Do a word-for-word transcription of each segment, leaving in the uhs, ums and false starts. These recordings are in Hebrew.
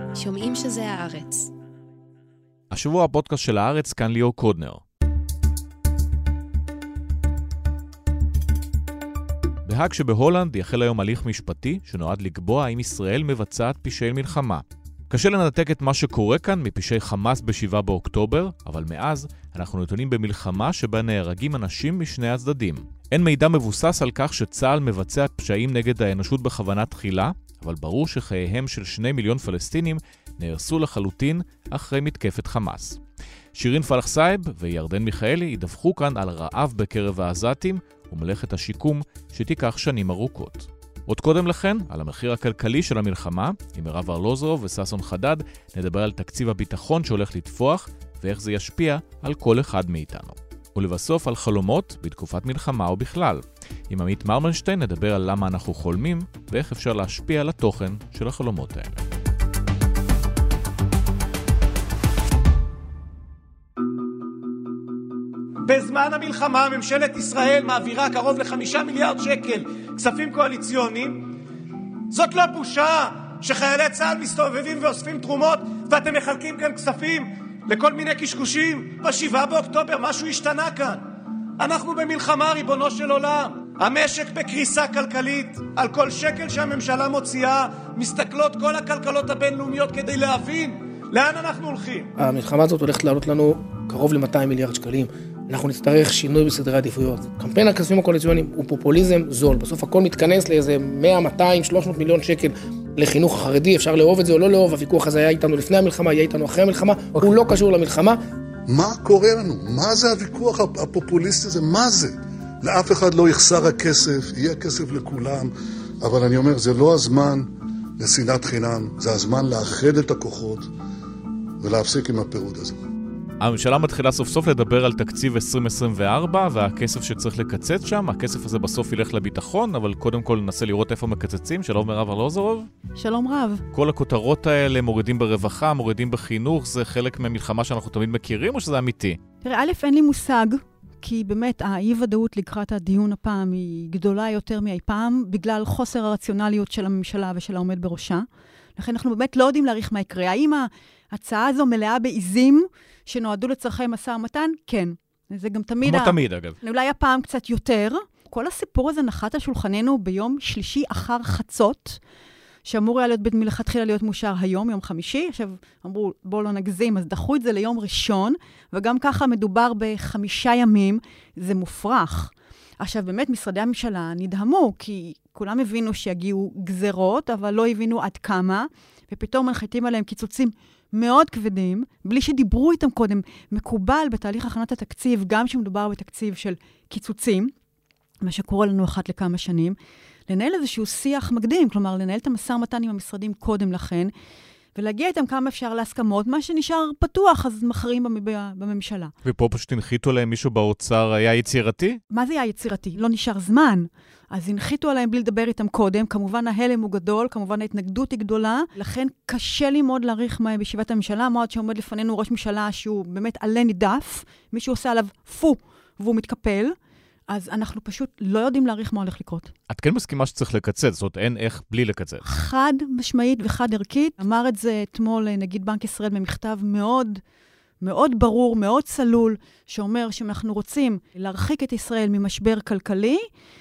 שומעים שזה הארץ. השבוע הפודקאסט של הארץ, כאן ליאור קודנר. בהאג שבהולנד יחל היום הליך משפטי שנועד לקבוע האם ישראל מבצעת פשעי מלחמה. קשה לנתק את מה שקורה כאן מפשעי חמאס בשבעה באוקטובר, אבל מאז אנחנו נתונים במלחמה שבה נהרגים אנשים משני הצדדים. אין מידע מבוסס על כך שצה"ל מבצע פשעים נגד האנושות בכוונה תחילה, אבל ברור שחייהם של שני מיליון פלסטינים נהרסו לחלוטין אחרי מתקפת חמאס. שירין פלח סייב וירדן מיכאלי ידווחו כאן על רעב בקרב העזתים ומלאכת השיקום שתיקח שנים ארוכות. עוד קודם לכן, על המחיר הכלכלי של המלחמה, עם מירב ארלוזורוב וססון חדד, נדבר על תקציב הביטחון שהולך לתפוח ואיך זה ישפיע על כל אחד מאיתנו. ולבסוף על חלומות בתקופת מלחמה או בכלל. עם עמית מרמנשטיין נדבר על למה אנחנו חולמים ואיך אפשר להשפיע על התוכן של החלומות האלה. בזמן המלחמה ממשלת ישראל מעבירה קרוב לחמישה מיליארד שקל כספים קואליציוניים. זאת לא בושה שחיילי צה"ל מסתובבים ואוספים תרומות ואתם מחלקים כאן כספים לכל מיני קשקושים. בשבעה באוקטובר משהו השתנה כאן. אנחנו במלחמה, ריבונו של עולם. המשק בקריסה כלכלית. על כל שקל שהממשלה מוציאה מסתכלות כל הכלכלות הבינלאומיות כדי להבין לאן אנחנו הולכים. המלחמה הזאת הולכת לעלות לנו קרוב ל-מאתיים מיליארד שקלים. אנחנו נצטרך שינוי בסדרי עדיפויות. קמפיין הכספים הקואליציוניים הוא פופוליזם זול. בסוף הכל מתכנס לאיזה מאה, מאתיים, שלוש מאות מיליון שקל לחינוך החרדי. אפשר לאהוב את זה או לא לאהוב. הוויכוח הזה היה איתנו לפני המלחמה, היה איתנו אחרי המלחמה. Okay. הוא לא קשור למלחמה. מה קורה לנו? מה זה הוויכוח הפופוליסטי הזה? מה זה? לאף אחד לא יחסר הכסף, יהיה כסף לכולם. אבל אני אומר, זה לא הזמן לשנאת חינם. זה הזמן לאחד את הכוחות ולהפסיק עם הפירוד הזה. הממשלה מתחילה סוף סוף לדבר על תקציב עשרים עשרים וארבע והכסף שצריך לקצץ שם. הכסף הזה בסוף ילך לביטחון, אבל קודם כל ננסה לראות איפה מקצצים. שלום מירב ארלוזורוב. שלום רב. כל הכותרות האלה מורידים ברווחה, מורידים בחינוך, זה חלק מהמלחמה שאנחנו תמיד מכירים או שזה אמיתי? תראה, א', אין לי מושג, כי באמת האי-ודאות לקראת הדיון הפעם היא גדולה יותר מאי פעם, בגלל חוסר הרציונליות של הממשלה ושל העומד בראשה. לכן אנחנו באמת לא יודעים להעריך מה יקרה. האם ההצעה הזו מלאה בעיזים שנועדו לצרכי משא ומתן? כן. זה גם תמיד... כמו ה... תמיד, אגב. אולי הפעם קצת יותר. כל הסיפור הזה נחת על שולחננו ביום שלישי אחר חצות, שאמור היה להיות מלכתחילה להיות מאושר היום, יום חמישי. עכשיו אמרו, בואו לא נגזים, אז דחו את זה ליום ראשון, וגם ככה מדובר בחמישה ימים, זה מופרך. עכשיו באמת משרדי הממשלה נדהמו, כי כולם הבינו שיגיעו גזרות, אבל לא הבינו עד כמה, ופתאום מנחיתים עליהם קיצוצים מאוד כבדים, בלי שדיברו איתם קודם. מקובל בתהליך הכנת התקציב, גם שמדובר בתקציב של קיצוצים, מה שקורה לנו אחת לכמה שנים, לנהל איזשהו שיח מקדים, כלומר, לנהל את המשא ומתן עם המשרדים קודם לכן, ולהגיע איתם כמה אפשר להסכמות, מה שנשאר פתוח, אז מכריעים בממשלה. ופה פשוט הנחיתו עליהם מישהו באוצר היה יצירתי? מה זה היה יצירתי? לא נשאר זמן. אז הנחיתו עליהם בלי לדבר איתם קודם, כמובן ההלם הוא גדול, כמובן ההתנגדות היא גדולה, לכן קשה לי מאוד להעריך מה בישיבת הממשלה, מאוד שעומד לפנינו ראש ממשלה שהוא באמת עלה נידף, מישהו עושה עליו פו, והוא מתקפל, אז אנחנו פשוט לא יודעים להעריך מה הולך לקרות. את כן מסכימה שצריך לקצץ, זאת אומרת, אין איך בלי לקצץ. חד משמעית וחד ערכית. אמר את זה אתמול נגיד בנק ישראל במכתב מאוד, מאוד ברור, מאוד צלול, שאומר שאנחנו רוצים להרחיק את ישראל ממשבר כלכלי,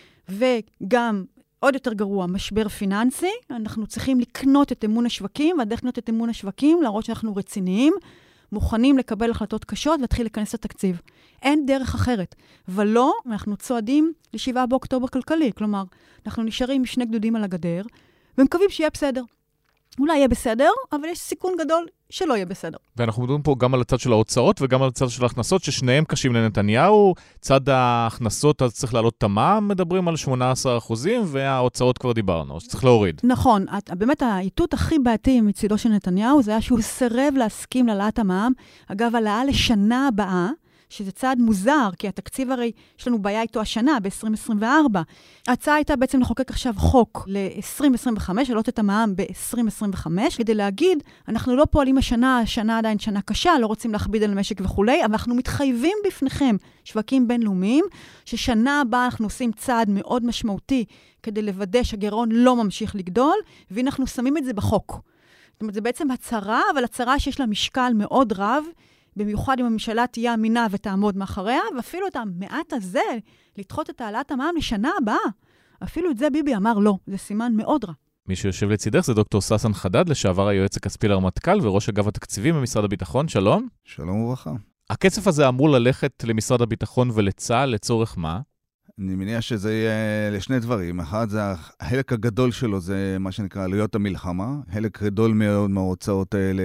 וגם עוד יותר גרוע, משבר פיננסי. אנחנו צריכים לקנות את אמון השווקים, והדרך לקנות את אמון השווקים, להראות שאנחנו רציניים, מוכנים לקבל החלטות קשות ולהתחיל לכנס את התקציב. אין דרך אחרת. ולא, אנחנו צועדים לשבעה באוקטובר כלכלי. כלומר, אנחנו נשארים עם שני גדודים על הגדר, ומקווים שיהיה בסדר. אולי יהיה בסדר, אבל יש סיכון גדול שלא יהיה בסדר. ואנחנו מדברים פה גם על הצד של ההוצאות וגם על הצד של ההכנסות, ששניהם קשים לנתניהו. צד ההכנסות, אז צריך לעלות תמ"מ, מדברים על שמונה עשרה אחוזים, וההוצאות כבר דיברנו, שצריך להוריד. נכון, באמת העיתות הכי בעייתי מצידו של נתניהו, זה היה שהוא סירב להסכים להעלאת המע"מ. אגב, העלאה לשנה הבאה, שזה צעד מוזר, כי התקציב הרי, יש לנו בעיה איתו השנה, ב-עשרים עשרים וארבע. ההצעה הייתה בעצם לחוקק עכשיו חוק ל-עשרים עשרים וחמש, לעלות את המע"מ ב-עשרים עשרים וחמש, כדי להגיד, אנחנו לא פועלים השנה, השנה עדיין שנה קשה, לא רוצים להכביד על המשק וכולי, אבל אנחנו מתחייבים בפניכם, שווקים בינלאומיים, ששנה הבאה אנחנו עושים צעד מאוד משמעותי, כדי לוודא שהגירעון לא ממשיך לגדול, ואנחנו שמים את זה בחוק. זאת אומרת, זה בעצם הצהרה, אבל הצהרה שיש לה משקל מאוד רב, במיוחד אם הממשלה תהיה אמינה ותעמוד מאחוריה, ואפילו את המעט הזה, לדחות את העלאת המע"מ לשנה הבאה. אפילו את זה ביבי אמר לא, זה סימן מאוד רע. מי שיושב לצידך זה דוקטור ססן חדד, לשעבר היועץ הכספי לרמטכ"ל וראש אגף התקציבים במשרד הביטחון. שלום. שלום וברכה. הכסף הזה אמור ללכת למשרד הביטחון ולצה"ל לצורך מה? אני מניח שזה יהיה לשני דברים. אחד, זה החלק הגדול שלו, זה מה שנקרא עלויות המלחמה. חלק גדול מאוד מההוצאות האלה,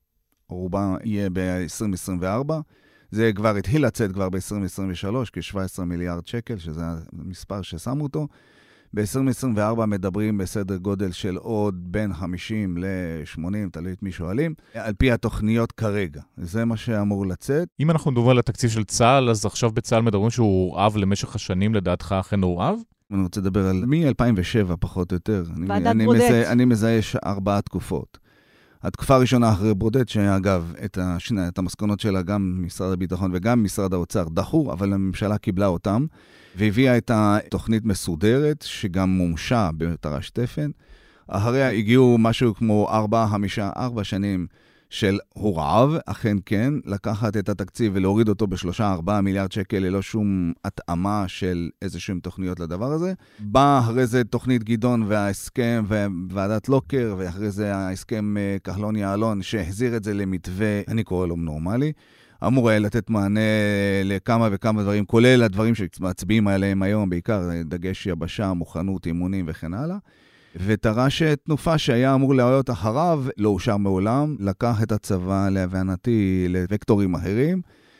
רובה יהיה ב-עשרים עשרים וארבע. זה כבר התחיל לצאת כבר ב-עשרים עשרים ושלוש, כ-שבעה עשר מיליארד שקל, שזה המספר ששמו אותו. ב-עשרים עשרים וארבע מדברים בסדר גודל של עוד בין חמישים ל-שמונים, תלוי את מי שואלים, על פי התוכניות כרגע. זה מה שאמור לצאת. אם אנחנו מדברים על התקציב של צה"ל, אז עכשיו בצה"ל מדברים שהוא הורעב למשך השנים, לדעתך אכן הורעב? אני רוצה לדבר על מ-אלפיים ושבע פחות או יותר. ועדת אני, ברודט. אני, מזהה, אני מזהה ארבעה תקופות. התקופה הראשונה אחרי ברודט, שאגב, את, השנה, את המסקנות שלה גם משרד הביטחון וגם משרד האוצר דחו, אבל הממשלה קיבלה אותם, והביאה את התוכנית מסודרת, שגם מומשה בתר"ש תפן. אחריה הגיעו משהו כמו ארבע, חמישה, ארבע שנים של הורעב, אכן כן, לקחת את התקציב ולהוריד אותו בשלושה, ארבעה מיליארד שקל, ללא שום התאמה של איזשהם תוכניות לדבר הזה. בא אחרי זה תוכנית גדעון וההסכם וועדת לוקר, ואחרי זה ההסכם כחלון יעלון, שהחזיר את זה למתווה, אני קורא לו נורמלי, אמור היה לתת מענה לכמה וכמה דברים, כולל הדברים שמצביעים עליהם היום, בעיקר דגש יבשה, מוכנות, אימונים וכן הלאה. ותר"ש תנופה שהיה אמור להיות אחריו, לא אושר מעולם, לקח את הצבא להבנתי לוקטורים אחרים,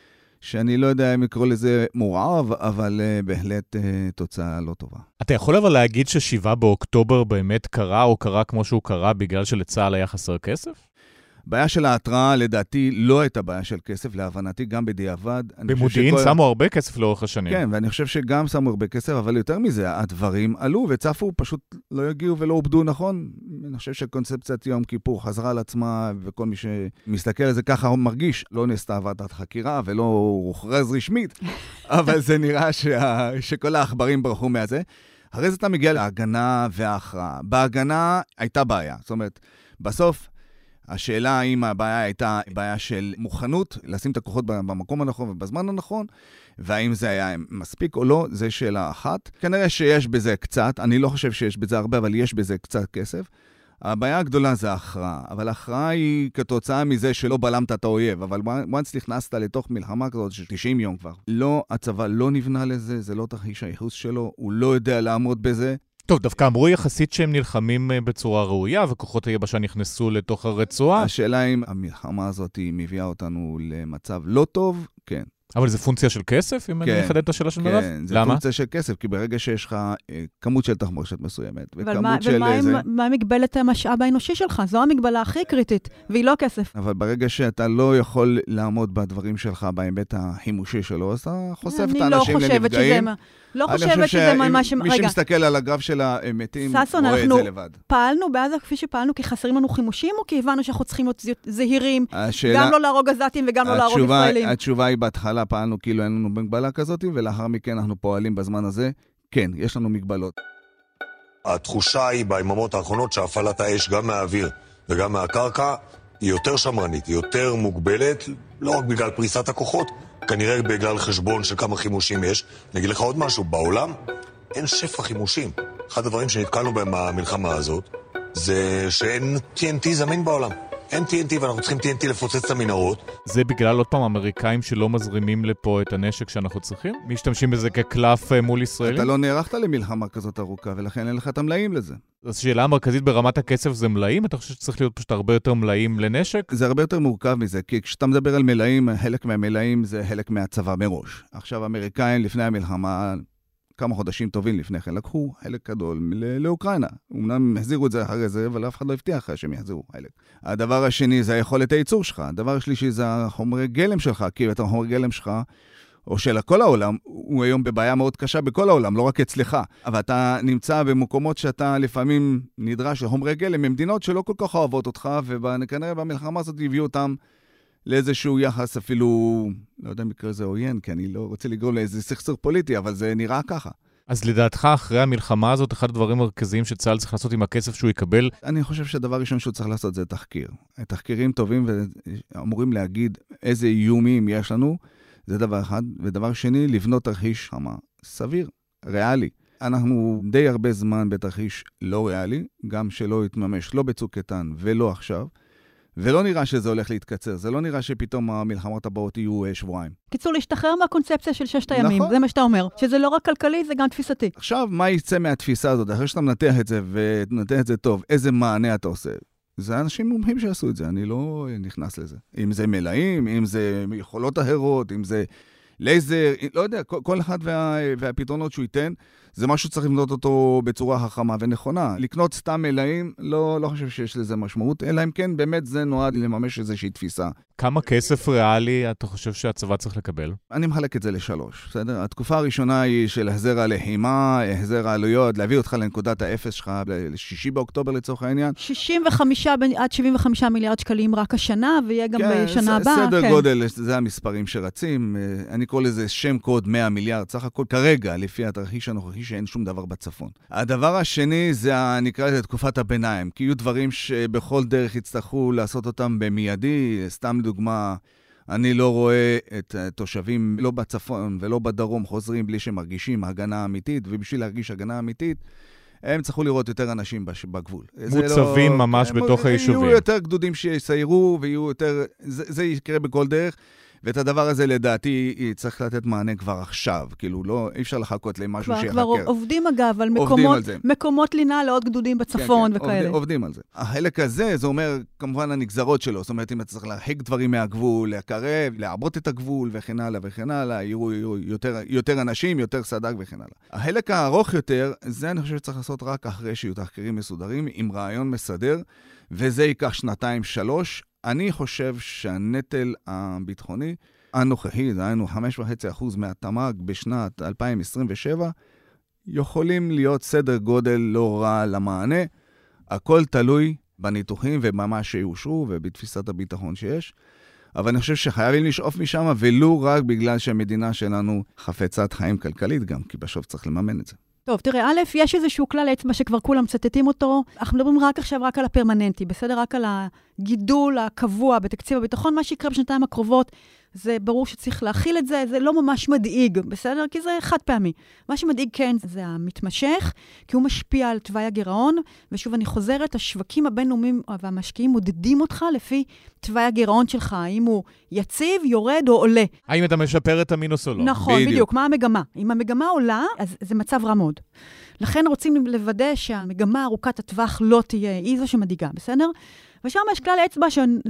שאני לא יודע אם יקרוא לזה מורעב, אבל uh, בהחלט uh, תוצאה לא טובה. אתה יכול אבל להגיד ששבעה באוקטובר באמת קרה, או קרה כמו שהוא קרה, בגלל שלצה"ל היה חסר כסף? בעיה של ההתראה, לדעתי, לא הייתה בעיה של כסף, להבנתי גם בדיעבד. במודיעין שכל... שמו הרבה כסף לאורך השנים. כן, ואני חושב שגם שמו הרבה כסף, אבל יותר מזה, הדברים עלו וצפו, פשוט לא יגיעו ולא עובדו נכון. אני חושב שקונספציית יום כיפור חזרה על עצמה, וכל מי שמסתכל על זה ככה הוא מרגיש, לא נעשתה ועדת חקירה ולא הוכרז רשמית, אבל זה נראה שה... שכל האחברים ברחו מהזה. אחרי זה אתה מגיע להגנה וההכרעה. בהגנה הייתה בעיה. זאת אומרת, בסוף, השאלה האם הבעיה הייתה בעיה של מוכנות, לשים את הכוחות במקום הנכון ובזמן הנכון, והאם זה היה מספיק או לא, זה שאלה אחת. כנראה שיש בזה קצת, אני לא חושב שיש בזה הרבה, אבל יש בזה קצת כסף. הבעיה הגדולה זה ההכרעה, אבל ההכרעה היא כתוצאה מזה שלא בלמת את האויב, אבל once נכנסת לתוך מלחמה כזאת של תשעים יום כבר, לא, הצבא לא נבנה לזה, זה לא תרחיש הייחוס שלו, הוא לא יודע לעמוד בזה. טוב, דווקא אמרו יחסית שהם נלחמים בצורה ראויה, וכוחות היבשה נכנסו לתוך הרצועה. השאלה אם המלחמה הזאת מביאה אותנו למצב לא טוב, כן. אבל זה פונקציה של כסף, אם כן, אני מחדד את השאלה של מירב? כן, זה למה? פונקציה של כסף, כי ברגע שיש לך אה, כמות של תחמושת מסוימת, אבל וכמות מה, של ומה איזה... מה מגבלת המשאב האנושי שלך? זו המגבלה הכי קריטית, והיא לא כסף. אבל ברגע שאתה לא יכול לעמוד בדברים שלך בהיבט החימושי שלו, אז אתה חושף את אני לא האנשים חושבת לנפגעים. שזה מה... לא חושבת שזה מה ש... מי שמסתכל על הגרף של המתים, ססון, רואה את אנחנו זה לבד. פעלנו בעזה כפי שפעלנו, כי חסרים לנו חימושים, או כי הבנו שאנחנו צריכים להיות זהירים, השאלה- גם לא להרוג עזתים וגם לא להרוג התשובה- ישראלים. התשובה היא בהתחלה פעלנו כאילו אין לנו מגבלה כזאת, ולאחר מכן אנחנו פועלים בזמן הזה. כן, יש לנו מגבלות. התחושה היא ביממות האחרונות שהפעלת האש גם מהאוויר וגם מהקרקע היא יותר שמרנית, היא יותר מוגבלת, לא רק בגלל פריסת הכוחות, כנראה בגלל חשבון של כמה חימושים יש. אני אגיד לך עוד משהו, בעולם אין שפע חימושים. אחד הדברים שנתקלנו בהם במלחמה הזאת, זה שאין טי אן טי זמין בעולם. אין טי אן טי ואנחנו צריכים טי אן טי לפוצץ את המנהרות. זה בגלל עוד פעם אמריקאים שלא מזרימים לפה את הנשק שאנחנו צריכים? משתמשים בזה כקלף מול ישראלים? אתה לא נערכת למלחמה כזאת ארוכה, ולכן אין לך את המלאים לזה. אז שאלה המרכזית ברמת הכסף זה מלאים? אתה חושב שצריך להיות פשוט הרבה יותר מלאים לנשק? זה הרבה יותר מורכב מזה, כי כשאתה מדבר על מלאים, חלק מהמלאים זה חלק מהצבא מראש. עכשיו, האמריקאים לפני המלחמה, כמה חודשים טובים לפני כן, לקחו חלק גדול לאוקראינה. אמנם החזירו את זה אחרי זה, אבל אף אחד לא הבטיח שהם יחזירו חלק. הדבר השני זה היכולת הייצור שלך. הדבר השלישי זה החומרי גלם שלך, כי את החומרי גלם שלך, או של כל העולם, הוא היום בבעיה מאוד קשה בכל העולם, לא רק אצלך. אבל אתה נמצא במקומות שאתה לפעמים נדרש לחומרי גלם, ממדינות שלא כל כך אוהבות אותך, וכנראה במלחמה הזאת הביאו אותם לאיזשהו יחס אפילו, לא יודע אם יקרה זה עוין, כי אני לא רוצה לגרום לאיזה סכסוך פוליטי, אבל זה נראה ככה. אז לדעתך, אחרי המלחמה הזאת, אחד הדברים המרכזיים שצה"ל צריך לעשות עם הכסף שהוא יקבל? אני חושב שהדבר ראשון שהוא צריך לעשות זה תחקיר. תחקירים טובים ואמורים להגיד איזה איומים יש לנו, זה דבר אחד. ודבר שני, לבנות תרחיש חמה סביר, ריאלי. אנחנו די הרבה זמן בתרחיש לא ריאלי, גם שלא יתממש, לא בצוק איתן ולא עכשיו. ולא נראה שזה הולך להתקצר, זה לא נראה שפתאום המלחמות הבאות יהיו שבועיים. קיצור, להשתחרר מהקונספציה של ששת הימים, נכון. זה מה שאתה אומר. שזה לא רק כלכלי, זה גם תפיסתי. עכשיו, מה יצא מהתפיסה הזאת? אחרי שאתה מנתח את זה ונתח את זה טוב, איזה מענה אתה עושה? זה אנשים מומחים שעשו את זה, אני לא נכנס לזה. אם זה מלאים, אם זה יכולות אחרות, אם זה לייזר, לא יודע, כל, כל אחד וה, והפתרונות שהוא ייתן, זה משהו שצריך לבנות אותו בצורה חכמה ונכונה. לקנות סתם מלאים, לא, לא חושב שיש לזה משמעות, אלא אם כן באמת זה נועד לממש איזושהי תפיסה. כמה כסף ריאלי אתה חושב שהצבא צריך לקבל? אני מחלק את זה לשלוש, בסדר? התקופה הראשונה היא של החזר הלחימה, החזר העלויות, להביא אותך לנקודת האפס שלך, לשישי באוקטובר לצורך העניין. שישים וחמישה עד שבעים וחמישה מיליארד שקלים רק השנה, ויהיה גם כן, בשנה הבאה. סדר כן. גודל, זה המספרים שרצים. אני קורא לזה שם קוד מאה מיליארד, סך הכל כרגע, לפי התרחיש הנוכחי שאין שום דבר בצפון. הדבר השני זה, נקרא לזה, תקופת הביניים, כי יהיו דברים שבכל דרך יצטרכו לעשות אותם במיידי. סתם לדוגמה, אני לא רואה את תושבים לא בצפון ולא בדרום חוזרים בלי שמרגישים הגנה אמיתית, ובשביל להרגיש הגנה אמיתית, הם צריכו לראות יותר אנשים בגבול. מוצבים לא, ממש בתוך היישובים. יהיו יותר גדודים שיסיירו, ויהיו יותר, זה, זה יקרה בכל דרך. ואת הדבר הזה לדעתי צריך לתת מענה כבר עכשיו, כאילו לא, אי אפשר לחכות למשהו שיחקר. כבר עובדים אגב על מקומות, מקומות לינה לעוד גדודים בצפון כן, כן, וכאלה. עובדים, עובדים על זה. החלק הזה, זה אומר כמובן הנגזרות שלו, זאת אומרת אם אתה צריך להרחיק דברים מהגבול, לקרב, לעבות את הגבול וכן הלאה וכן הלאה, יראו, יראו יותר, יותר אנשים, יותר סדק וכן הלאה. החלק הארוך יותר, זה אני חושב שצריך לעשות רק אחרי שיהיו תחקירים מסודרים, עם רעיון מסדר, וזה ייקח שנתיים, שלוש. אני חושב שהנטל הביטחוני הנוכחי, דהיינו חמישה וחצי אחוז מהתמ"ג בשנת אלפיים עשרים ושבע, יכולים להיות סדר גודל לא רע למענה. הכל תלוי בניתוחים ובמה שיאושרו ובתפיסת הביטחון שיש. אבל אני חושב שחייבים לשאוף משם, ולא רק בגלל שהמדינה שלנו חפצת חיים כלכלית גם, כי בסוף צריך לממן את זה. טוב, תראה, א', יש איזשהו כלל אצבע שכבר כולם מצטטים אותו. אנחנו מדברים רק עכשיו רק על הפרמננטי, בסדר? רק על הגידול הקבוע בתקציב הביטחון. מה שיקרה בשנתיים הקרובות, זה ברור שצריך להכיל את זה, זה לא ממש מדאיג, בסדר? כי זה חד פעמי. מה שמדאיג כן זה המתמשך, כי הוא משפיע על תוואי הגירעון, ושוב אני חוזרת, השווקים הבינלאומיים והמשקיעים מודדים אותך לפי תוואי הגירעון שלך, האם הוא יציב, יורד או עולה. האם אתה משפר את המינוס או לא? נכון, בדיוק. בדיוק. מה המגמה? אם המגמה עולה, אז זה מצב רע מאוד. לכן רוצים לוודא שהמגמה ארוכת הטווח לא תהיה, היא זו שמדאיגה, בסדר? ושם יש כלל אצבע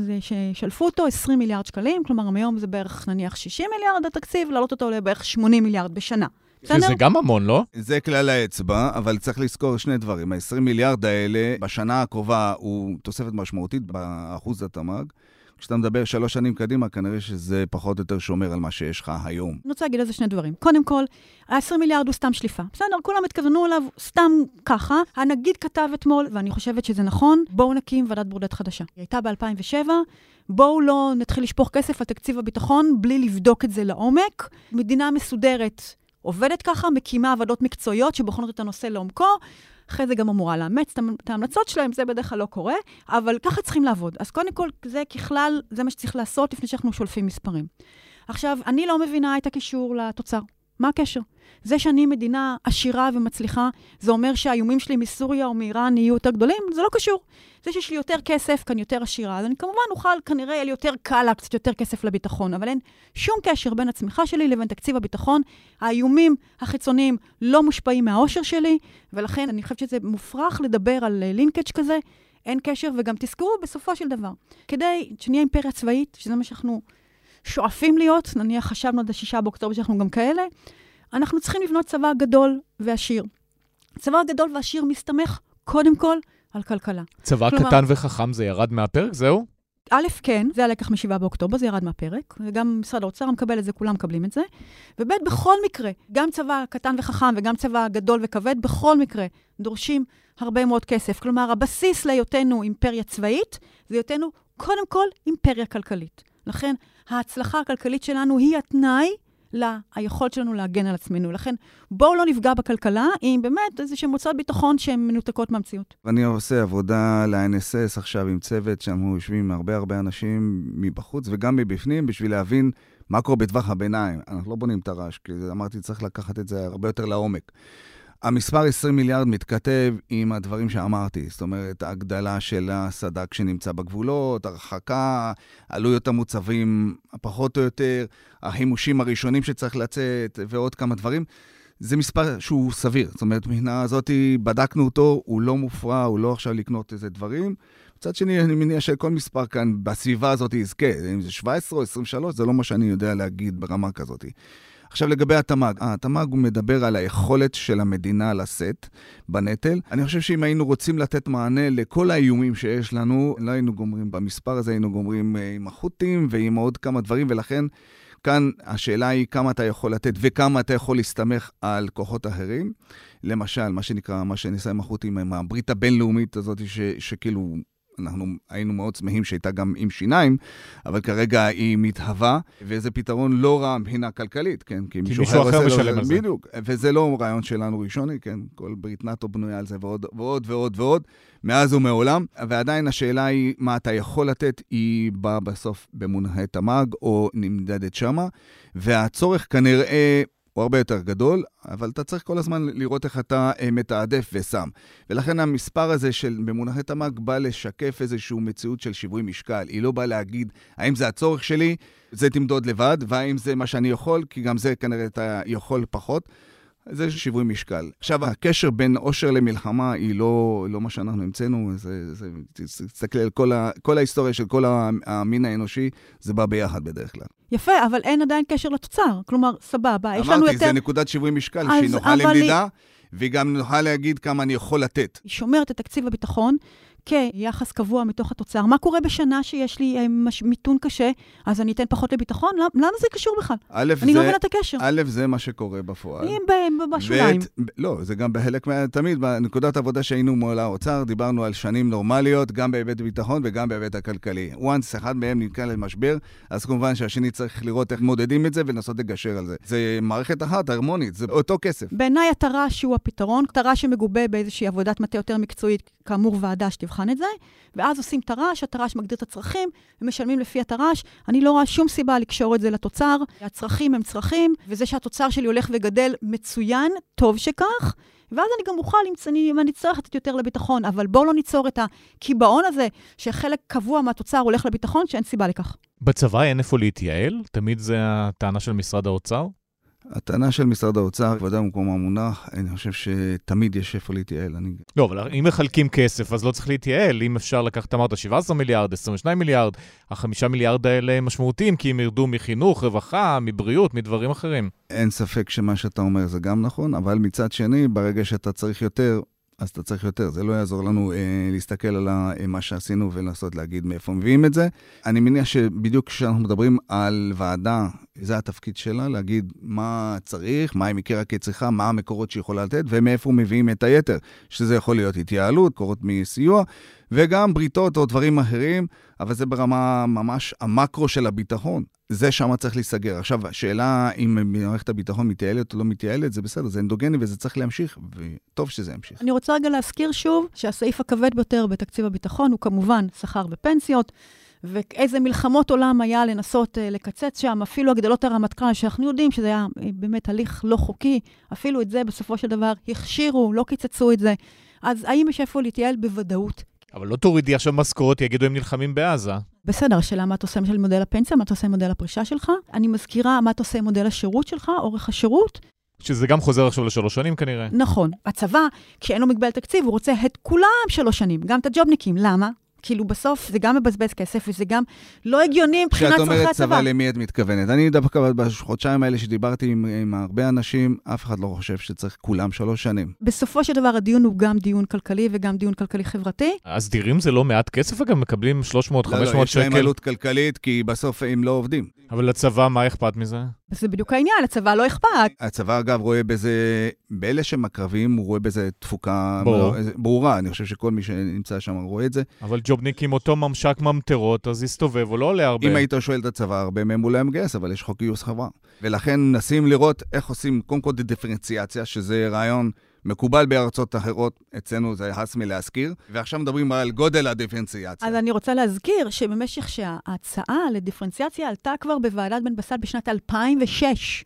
ששלפו אותו עשרים מיליארד שקלים, כלומר היום זה בערך נניח שישים מיליארד התקציב, לעלות אותו לבערך שמונים מיליארד בשנה. שזה גם המון, לא? זה כלל האצבע, אבל צריך לזכור שני דברים. ה-עשרים מיליארד האלה, בשנה הקרובה הוא תוספת משמעותית באחוז התמ"ג. כשאתה מדבר שלוש שנים קדימה, כנראה שזה פחות או יותר שומר על מה שיש לך היום. אני רוצה להגיד על זה שני דברים. קודם כל, ה-עשרים מיליארד הוא סתם שליפה. בסדר, כולם התכוונו אליו סתם ככה. הנגיד כתב אתמול, ואני חושבת שזה נכון, בואו נקים ועדת ברודט חדשה. היא הייתה ב-אלפיים ושבע, בואו לא נתחיל לשפוך כסף על תקציב הביטחון, בלי לבדוק את זה לעומק. מדינה מסודרת עובדת ככה, מקימה עבודות מקצועיות שבוחנות את הנושא לעומקו, אחרי זה גם אמורה לאמץ את ההמלצות שלהם, זה בדרך כלל לא קורה, אבל ככה צריכים לעבוד. אז קודם כל, זה ככלל, זה מה שצריך לעשות לפני שאנחנו שולפים מספרים. עכשיו, אני לא מבינה את הקישור לתוצר. מה הקשר? זה שאני מדינה עשירה ומצליחה, זה אומר שהאיומים שלי מסוריה או מאיראן יהיו יותר גדולים? זה לא קשור. זה שיש לי יותר כסף, כאן יותר עשירה, אז אני כמובן אוכל, כנראה יהיה לי יותר קל, קצת יותר כסף לביטחון, אבל אין שום קשר בין הצמיחה שלי לבין תקציב הביטחון. האיומים החיצוניים לא מושפעים מהעושר שלי, ולכן אני חושבת שזה מופרך לדבר על לינקג' כזה, אין קשר, וגם תזכרו בסופו של דבר. כדי שנהיה אימפריה צבאית, שזה מה שאנחנו שואפים להיות, נניח חשבנו עד השישה באוקטובר שאנחנו גם כאלה, אנחנו צריכים לבנות צבא גדול ועשיר. צבא גדול ועשיר מסתמך קודם כל על כלכלה. צבא כלומר, קטן וחכם זה ירד מהפרק, זהו? א', כן, זה הלקח משבעה באוקטובר, זה ירד מהפרק, וגם משרד האוצר מקבל את זה, כולם מקבלים את זה. וב', בכל מקרה, גם צבא קטן וחכם וגם צבא גדול וכבד, בכל מקרה דורשים הרבה מאוד כסף. כלומר, הבסיס להיותנו אימפריה צבאית, זה היותנו קודם כל אימפריה כלכלית. לכן, ההצלחה הכלכלית שלנו היא התנאי ליכולת שלנו להגן על עצמנו. לכן, בואו לא נפגע בכלכלה, אם באמת איזה שהן מוצאות ביטחון שהן מנותקות מהמציאות. ואני עושה עבודה ל-אן אס אס עכשיו עם צוות, שאנחנו יושבים עם הרבה הרבה אנשים מבחוץ וגם מבפנים, בשביל להבין מה קורה בטווח הביניים. אנחנו לא בונים את הרעש, כי אמרתי, צריך לקחת את זה הרבה יותר לעומק. המספר עשרים מיליארד מתכתב עם הדברים שאמרתי, זאת אומרת, ההגדלה של הסדק שנמצא בגבולות, הרחקה, עלויות המוצבים הפחות או יותר, החימושים הראשונים שצריך לצאת ועוד כמה דברים. זה מספר שהוא סביר, זאת אומרת, מבחינה הזאת בדקנו אותו, הוא לא מופרע, הוא לא עכשיו לקנות איזה דברים. מצד שני, אני מניח שכל מספר כאן בסביבה הזאת יזכה, אם זה שבע עשרה או עשרים ושלוש, זה לא מה שאני יודע להגיד ברמה כזאת. עכשיו לגבי התמ"ג, התמ"ג הוא מדבר על היכולת של המדינה לשאת בנטל. אני חושב שאם היינו רוצים לתת מענה לכל האיומים שיש לנו, לא היינו גומרים במספר הזה, היינו גומרים עם החות'ים ועם עוד כמה דברים, ולכן כאן השאלה היא כמה אתה יכול לתת וכמה אתה יכול להסתמך על כוחות אחרים. למשל, מה שנקרא, מה שניסה עם החות'ים, עם הברית הבינלאומית הזאת ש, שכאילו אנחנו היינו מאוד שמחים שהייתה גם עם שיניים, אבל כרגע היא מתהווה, וזה פתרון לא רע מבחינה כלכלית, כן? כי מישהו אחר משלם על זה. בדיוק, וזה לא רעיון שלנו ראשוני, כן? כל ברית נאטו בנויה על זה ועוד ועוד ועוד ועוד, מאז ומעולם, ועדיין השאלה היא מה אתה יכול לתת, היא באה בסוף במונחי תמ"ג, או נמדדת שמה, והצורך כנראה הוא הרבה יותר גדול, אבל אתה צריך כל הזמן לראות איך אתה מתעדף ושם. ולכן המספר הזה של במונחי תמ"ג בא לשקף איזושהי מציאות של שיווי משקל. היא לא באה להגיד, האם זה הצורך שלי, זה תמדוד לבד, והאם זה מה שאני יכול, כי גם זה כנראה אתה יכול פחות. זה שיווי משקל. עכשיו, הקשר בין עושר למלחמה היא לא, לא מה שאנחנו המצאנו, זה, זה, תסתכל על כל, ה, כל ההיסטוריה של כל המין האנושי, זה בא ביחד בדרך כלל. יפה, אבל אין עדיין קשר לתוצר. כלומר, סבבה, יש לנו יותר... אמרתי, זה נקודת שיווי משקל, שהיא נוחה למדידה, לי... וגם נוחה להגיד כמה אני יכול לתת. היא שומרת את תקציב הביטחון, כיחס קבוע מתוך התוצר. מה קורה בשנה שיש לי מש... מיתון קשה, אז אני אתן פחות לביטחון? למה זה קשור בכלל? אני זה, לא מבינה את הקשר. א', זה מה שקורה בפועל. אם בשוליים. ואת, לא, זה גם בחלק, תמיד בנקודת העבודה שהיינו מול האוצר, דיברנו על שנים נורמליות, גם בהיבט הביטחון וגם בהיבט הכלכלי. once אחד מהם נתקע למשבר, אז כמובן שהשני צריך לראות איך מודדים את זה ולנסות לגשר על זה. זה מערכת אחת, הרמונית, זה אותו כסף. בעיניי התר"ש הוא הפתרון, תר"ש שמגובה באיזושהי עבודת מטה יותר מקצועית, כאמור ועדה שתבחן את זה, ואז עושים תר"ש, התר"ש מגדיר את הצרכים, ומשלמים לפי התר"ש. אני לא רואה שום סיבה לקשור את זה לתוצר. הצרכים הם צרכים, וזה שהתוצר שלי הולך וגדל מצוין, טוב שכך, ואז אני גם אוכל, אם אני צריך לתת יותר לביטחון, אבל בואו לא ניצור את הקיבעון הזה, שחלק קבוע מהתוצר הולך לביטחון, שאין סיבה לכך. בצבא אין איפה להתייעל? תמיד זה הטענה של משרד האוצר? הטענה של משרד האוצר, ודאי במקום המונח, אני חושב שתמיד יש איפה להתייעל. אני... לא, אבל אם מחלקים כסף, אז לא צריך להתייעל. אם אפשר לקחת, אמרת, שבעה עשר מיליארד, עשרים ושניים מיליארד, החמישה מיליארד האלה משמעותיים, כי הם ירדו מחינוך, רווחה, מבריאות, מדברים אחרים. אין ספק שמה שאתה אומר זה גם נכון, אבל מצד שני, ברגע שאתה צריך יותר, אז אתה צריך יותר. זה לא יעזור לנו אה, להסתכל על אה, מה שעשינו ולנסות להגיד מאיפה מביאים את זה. אני מניח שבדיוק כשאנחנו מדברים על ועדה, זה התפקיד שלה, להגיד מה צריך, מה היא מכירה כצריכה, מה המקורות שיכולה לתת, ומאיפה מביאים את היתר. שזה יכול להיות התייעלות, מקורות מסיוע, וגם בריתות או דברים אחרים, אבל זה ברמה ממש המקרו של הביטחון. זה שמה צריך להיסגר. עכשיו, השאלה אם מערכת הביטחון מתייעלת או לא מתייעלת, זה בסדר, זה אנדוגני וזה צריך להמשיך, וטוב שזה ימשיך. אני רוצה רגע להזכיר שוב שהסעיף הכבד ביותר בתקציב הביטחון הוא כמובן שכר ופנסיות, ואיזה מלחמות עולם היה לנסות לקצץ שם, אפילו הגדלות הרמטכ"ל, שאנחנו יודעים שזה היה באמת הליך לא חוקי, אפילו את זה בסופו של דבר הכשירו, לא קיצצו את זה. אז האם יש איפה להתייעל? בוודאות. אבל לא תורידי עכשיו משכורות, יגידו הם נלחמים בעזה. בסדר, השאלה מה אתה עושה של מודל הפנסיה, מה אתה עושה מודל הפרישה שלך. אני מזכירה מה אתה עושה מודל השירות שלך, אורך השירות. שזה גם חוזר עכשיו לשלוש שנים כנראה. נכון. הצבא, כשאין לו מגבל תקציב, הוא רוצה את כולם שלוש שנים, גם את הג'ובניקים. למה? כאילו בסוף זה גם מבזבז כסף, וזה גם לא הגיוני מבחינת צרכי הצבא. כשאת אומרת צבא, למי את מתכוונת? אני דווקא בחודשיים האלה שדיברתי עם, עם הרבה אנשים, אף אחד לא חושב שצריך כולם שלוש שנים. בסופו של דבר הדיון הוא גם דיון כלכלי וגם דיון כלכלי חברתי. אז דירים זה לא מעט כסף, וגם מקבלים שלוש מאות חמש מאות שקל. לא, לא, יש להם עלות כלכלית, כי בסוף הם לא עובדים. אבל לצבא מה אכפת מזה? זה בדיוק העניין, הצבא לא אכפת. הצבא, אגב, רואה בזה, באלה שמקרבים, הוא רואה בזה תפוקה ברור. ברורה. אני חושב שכל מי שנמצא שם רואה את זה. אבל ג'ובניק עם אותו ממשק ממטרות, אז יסתובב, הוא לא עולה הרבה. אם היית שואל את הצבא, הרבה מהם אולי מגייס, אבל יש חוק גיוס חברה. ולכן נסים לראות איך עושים, קודם כל דיפרנציאציה, שזה רעיון מקובל בארצות אחרות, אצלנו זה הס מלהזכיר, ועכשיו מדברים על גודל הדיפרנציאציה. אז אני רוצה להזכיר שבמשך שההצעה לדיפרנציאציה עלתה כבר בוועדת בן בסט בשנת אלפיים ושש,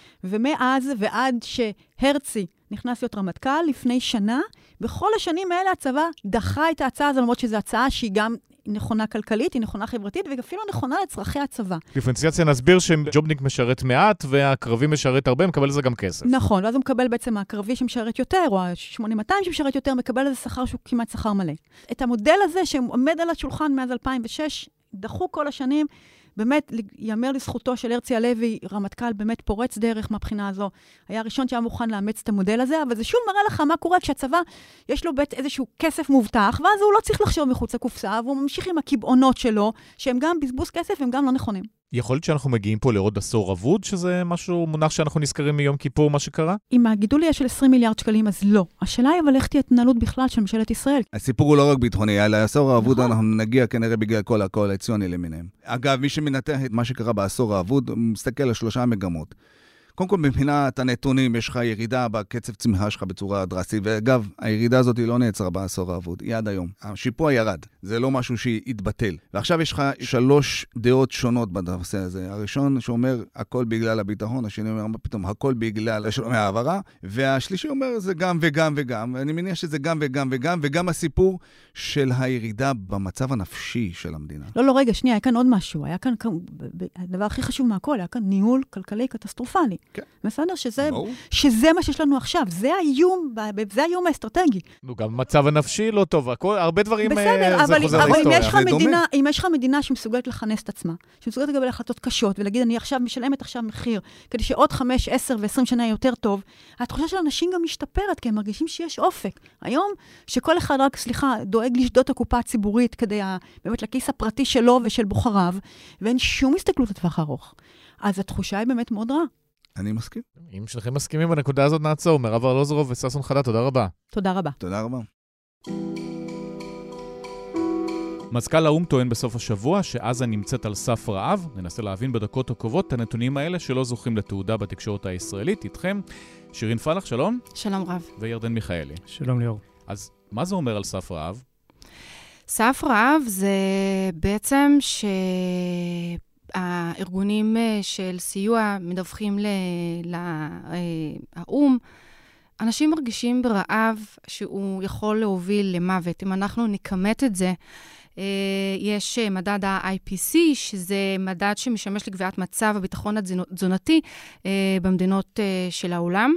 ומאז ועד שהרצי נכנס להיות רמטכ"ל לפני שנה, בכל השנים האלה הצבא דחה את ההצעה הזו, למרות שזו הצעה שהיא גם נכונה כלכלית, היא נכונה חברתית, ואפילו נכונה לצרכי הצבא. דיפרנציאציה נסביר שג'ובניק משרת מעט, והקרבי משרת הרבה, מקבל לזה גם כסף. נכון, ואז הוא מקבל בעצם הקרבי שמשרת יותר, או ה-שמונה מאתיים שמשרת יותר, מקבל לזה שכר שהוא כמעט שכר מלא. את המודל הזה שעומד על השולחן מאז אלפיים ושש, דחו כל השנים, באמת, יאמר לזכותו של הרצי הלוי, רמטכ"ל באמת פורץ דרך מהבחינה הזו. היה הראשון שהיה מוכן לאמץ את המודל הזה, אבל זה שוב מראה לך מה קורה כשהצבא, יש לו בית איזשהו כסף מובטח, ואז הוא לא צריך לחשוב מחוץ לקופסה, והוא ממשיך עם הקיבעונות שלו, שהם גם בזבוז כסף, והם גם לא נכונים. יכול להיות שאנחנו מגיעים פה לעוד עשור אבוד, שזה משהו מונח שאנחנו נזכרים מיום כיפור, מה שקרה? אם הגידול יהיה של עשרים מיליארד שקלים, אז לא. השאלה היא אבל איך תהיה התנהלות בכלל של ממשלת ישראל. הסיפור הוא לא רק ביטחוני, על העשור האבוד אנחנו נגיע כנראה בגלל כל הקואליציוני למיניהם. אגב, מי שמנתח את מה שקרה בעשור האבוד, מסתכל על שלושה מגמות. קודם כל, מבחינת הנתונים, יש לך ירידה בקצב צמיחה שלך בצורה דרסטית, ואגב, הירידה הזאת היא לא נעצרה בעשור האבוד, היא עד היום. השיפוע ירד, זה לא משהו שהתבטל. ועכשיו יש לך שלוש דעות שונות בנושא הזה. הראשון שאומר, הכל בגלל הביטחון, השני אומר, מה פתאום, הכל בגלל השלומי העברה, והשלישי אומר, זה גם וגם וגם, ואני מניח שזה גם וגם וגם, וגם הסיפור של הירידה במצב הנפשי של המדינה. לא, לא, רגע, שנייה, היה כאן עוד משהו. היה כאן, הדבר הכי חשוב מהכל, היה כאן ניהול כלכלי קטסטרופלי. כן. בסדר? שזה, שזה מה שיש לנו עכשיו. זה האיום, זה האיום האסטרטגי. נו, גם מצב הנפשי לא טוב. הכל, הרבה דברים בסדר, זה אבל, חוזר אבל אם, יש לך להיסטוריה. מדינה, אם יש לך מדינה שמסוגלת לכנס את עצמה, שמסוגלת לקבל החלטות קשות, ולהגיד, אני עכשיו משלמת עכשיו מחיר, כדי שעוד חמש, עשר ועשרים שנה יותר טוב, התחושה של אנשים גם משתפרת, כי הם מרגישים שיש אופק. היום, שכל אחד רק, סליחה, דואג לשדוד את הקופה הציבורית, כדי באמת לכיס הפרטי שלו ושל בוחריו, ואין שום הסתכלות לטווח ארוך. אז התחושה היא באמת מאוד רעה. אני מסכים. אם שלכם מסכימים בנקודה הזאת נעצור, מירב ארלוזורוב וששון חדד, תודה רבה. תודה רבה. תודה רבה. מזכ"ל האו"ם טוען בסוף השבוע שעזה נמצאת על סף רעב. ננסה להבין בדקות הקרובות את הנתונים האלה שלא זוכים לתעודה בתקשורת הישראלית. איתכם, שירין פלח, שלום. שלום רב. וירדן מיכאלי. שלום ליאור. אז מה זה אומר על סף רעב? סף רעב זה בעצם ש... הארגונים של סיוע מדווחים לאו"ם, אנשים מרגישים ברעב שהוא יכול להוביל למוות. אם אנחנו נקמת את זה, יש מדד ה-איי פי סי, שזה מדד שמשמש לקביעת מצב הביטחון התזונתי במדינות של העולם,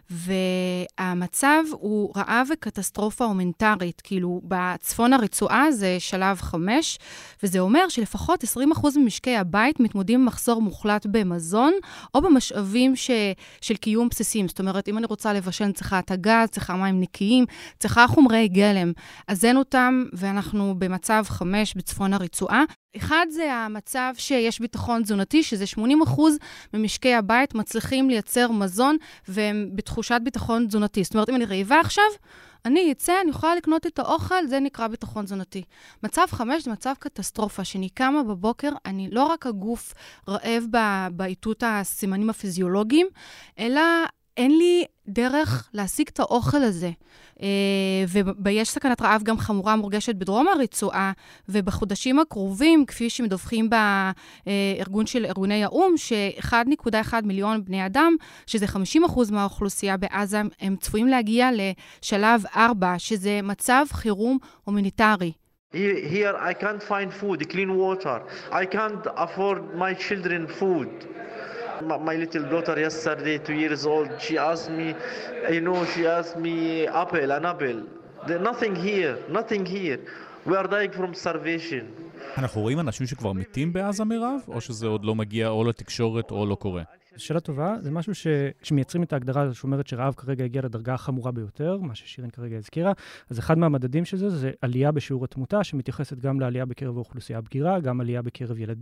והמצב הוא רעב וקטסטרופה הומניטרית, כאילו בצפון הרצועה זה שלב חמש, וזה אומר שלפחות עשרים אחוז ממשקי הבית מתמודדים עם מחסור מוחלט במזון, או במשאבים ש... של קיום בסיסיים. זאת אומרת, אם אני רוצה לבשל, אני צריכה את הגז, צריכה מים נקיים, צריכה חומרי גלם. אז אין אותם, ואנחנו במצב חמש בצפון הרצועה. אחד זה המצב שיש ביטחון תזונתי, שזה שמונים אחוז ממשקי הבית מצליחים לייצר מזון, והם בתחושת ביטחון תזונתי. זאת אומרת, אם אני רעיבה עכשיו, אני אצא, אני יכולה לקנות את האוכל, זה נקרא ביטחון תזונתי. מצב חמש זה מצב קטסטרופה, שאני קמה בבוקר, אני לא רק הגוף רעב בעיתות הסימנים הפיזיולוגיים, אלא אין לי דרך להשיג את האוכל הזה. ויש סכנת רעב גם חמורה מורגשת בדרום הרצועה, ובחודשים הקרובים, כפי שמדווחים בארגון של ארגוני האו"ם, ש-אחד נקודה אחת מיליון בני אדם, שזה חמישים אחוז מהאוכלוסייה בעזה, הם צפויים להגיע לשלב ארבע, שזה מצב חירום הומניטרי. Here I can't find food, clean water. I can't afford my children food. My little daughter yesterday, two years old, she asked me, you know, she asked me apple, an apple. There's nothing here, nothing here. We are dying from starvation. אנחנו רואים אנשים שכבר מתים בעזה מירב, או שזה עוד לא מגיע או לתקשורת או לא קורה? שאלה טובה, זה משהו שכשמייצרים את ההגדרה הזו שאומרת שרעב כרגע הגיע לדרגה החמורה ביותר, מה ששירין כרגע הזכירה, אז אחד מהמדדים של זה זה עלייה בשיעור התמותה, שמתייחסת גם לעלייה בקרב האוכלוסייה הבגירה, גם עלייה בקרב ילדים,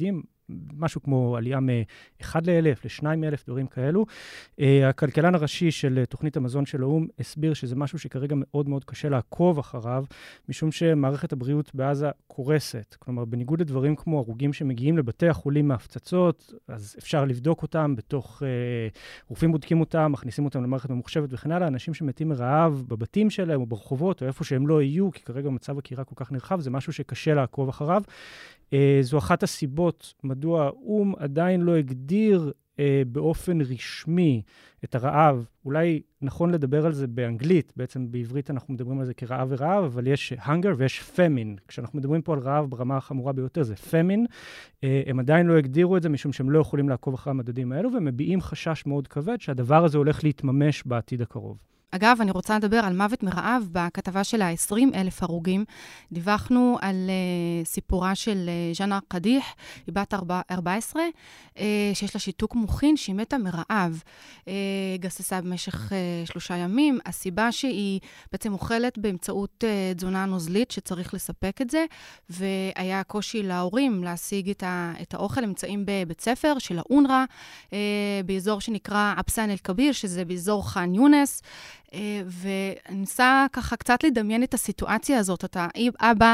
משהו כמו עלייה מ-אחד לאלף, לשניים אלף, דברים כאלו. הכלכלן הראשי של תוכנית המזון של האום הסביר שזה משהו שכרגע מאוד מאוד קשה לעקוב אחריו, משום שמערכת הבריאות בעזה קורסת. כלומר, בניגוד לדברים כמו הרוגים שמגיעים לבתי החולים מהפצצות, אז אפשר לבדוק אותם בתוך, רופאים בודקים אותם, מכניסים אותם למערכת ממוחשבת וכן הלאה. אנשים שמתים מרעב בבתים שלהם או ברחובות או איפה שהם לא יהיו, כי כרגע מצב הקירה כל כך נרחב, זה משהו שקשה לעקוב אחריו. זו אחת הסיבות מדוע האום עדיין לא הגדיר באופן רשמי את הרעב. אולי נכון לדבר על זה באנגלית, בעצם בעברית אנחנו מדברים על זה כרעב ורעב, אבל יש hunger ויש famine. כשאנחנו מדברים פה על רעב ברמה החמורה ביותר, זה famine. הם עדיין לא הגדירו את זה, משום שהם לא יכולים לעקוב אחרי המדדים האלו, והם מביעים חשש מאוד כבד שהדבר הזה הולך להתממש בעתיד הקרוב. אגב, אני רוצה לדבר על מוות מרעב. בכתבה של ה-עשרים אלף הרוגים, דיווחנו על uh, סיפורה של uh, ז'אנה קדיח, היא בת ארבע עשרה, uh, שיש לה שיתוק מוחין, שהיא מתה מרעב. Uh, גססה במשך uh, שלושה ימים. הסיבה שהיא בעצם אוכלת באמצעות uh, תזונה נוזלית, שצריך לספק את זה, והיה קושי להורים להשיג את, ה- את האוכל. נמצאים בבית ספר של האונר"א, uh, באזור שנקרא אבסן אל-כביר, שזה באזור חאן יונס, ונסה ככה קצת לדמיין את הסיטואציה הזאת. אתה אבא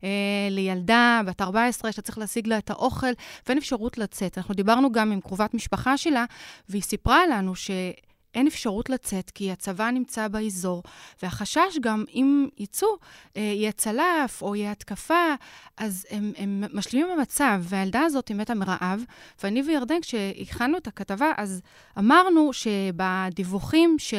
לילדה בת ארבע עשרה, שאתה צריך להשיג לה את האוכל, ואין אפשרות לצאת. אנחנו דיברנו גם עם קרובת משפחה שלה, והיא סיפרה לנו ש... אין אפשרות לצאת, כי הצבא נמצא באזור, והחשש גם אם יצאו, יהיה צלף או יהיה התקפה, אז הם, הם משלימים במצב, והילדה הזאת היא מתה מרעב, ואני וירדן, כשהכנו את הכתבה, אז אמרנו שבדיווחים של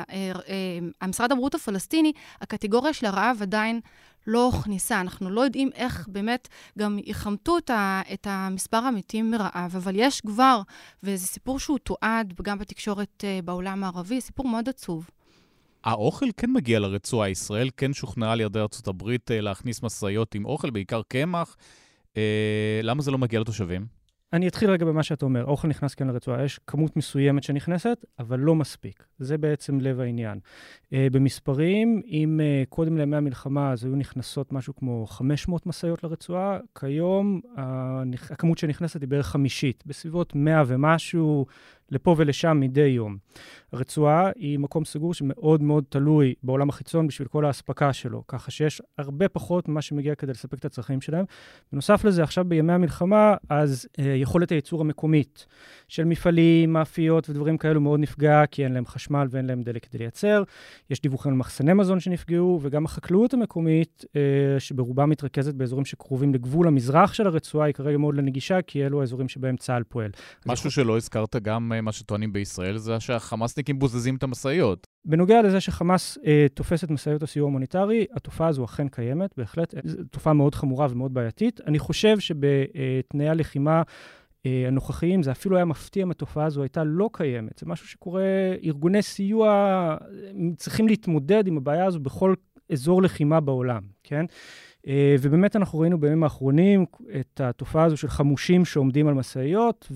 המשרד הבריאות הפלסטיני, הקטגוריה של הרעב עדיין לא הכניסה. אנחנו לא יודעים איך באמת גם יחמתו את המספר המתים מרעב, אבל יש כבר, וזה סיפור שהוא תועד גם בתקשורת בעולם הערבי, סיפור מאוד עצוב. האוכל כן מגיע לרצועה. ישראל כן שוכנעה על ידי ארצות הברית להכניס מסעיות עם אוכל, בעיקר קמח. למה זה לא מגיע לתושבים? אני אתחיל רגע במה שאתה אומר. האוכל נכנס כאן לרצועה. יש כמות מסוימת שנכנסת, אבל לא מספיק. זה בעצם לב העניין. Uh, במספרים, אם uh, קודם לימי המלחמה, אז היו נכנסות משהו כמו חמש מאות מסעיות לרצועה, כיום uh, הכמות שנכנסת היא בערך חמישית, בסביבות מאה ומשהו, לפה ולשם מדי יום. הרצועה היא מקום סגור שמאוד מאוד תלוי בעולם החיצון בשביל כל ההספקה שלו, ככה שיש הרבה פחות ממה שמגיע כדי לספק את הצרכים שלהם. בנוסף לזה, עכשיו בימי המלחמה, אז uh, יכולת הייצור המקומית של מפעלים, מאפיות ודברים כאלו מאוד נפגע, כי אין להם חשמל ואין להם דלק כדי לייצר. יש דיווחים על מחסני מזון שנפגעו, וגם החקלאות המקומית, uh, שברובה מתרכזת באזורים שקרובים לגבול המזרח של הרצועה, היא כרגע מאוד לנגישה, כי אלו האזורים שבהם צה"ל פועל. משהו שלא הזכרת גם מה שטוענים בישראל, זה שהחמאסניקים בוזזים את המסעיות. בנוגע לזה שחמאס אה, תופס את מסעיות הסיוע המוניטרי, התופעה הזו אכן קיימת, בהחלט, זו תופעה מאוד חמורה ומאוד בעייתית. אני חושב שבתנאי הלחימה אה, הנוכחיים, זה אפילו היה מפתיע אם התופעה הזו הייתה לא קיימת. זה משהו שקורה, ארגוני סיוע צריכים להתמודד עם הבעיה הזו בכל אזור לחימה בעולם, כן? ובאמת אנחנו ראינו בימים האחרונים את התופעה הזו של חמושים שעומדים על מסעיות,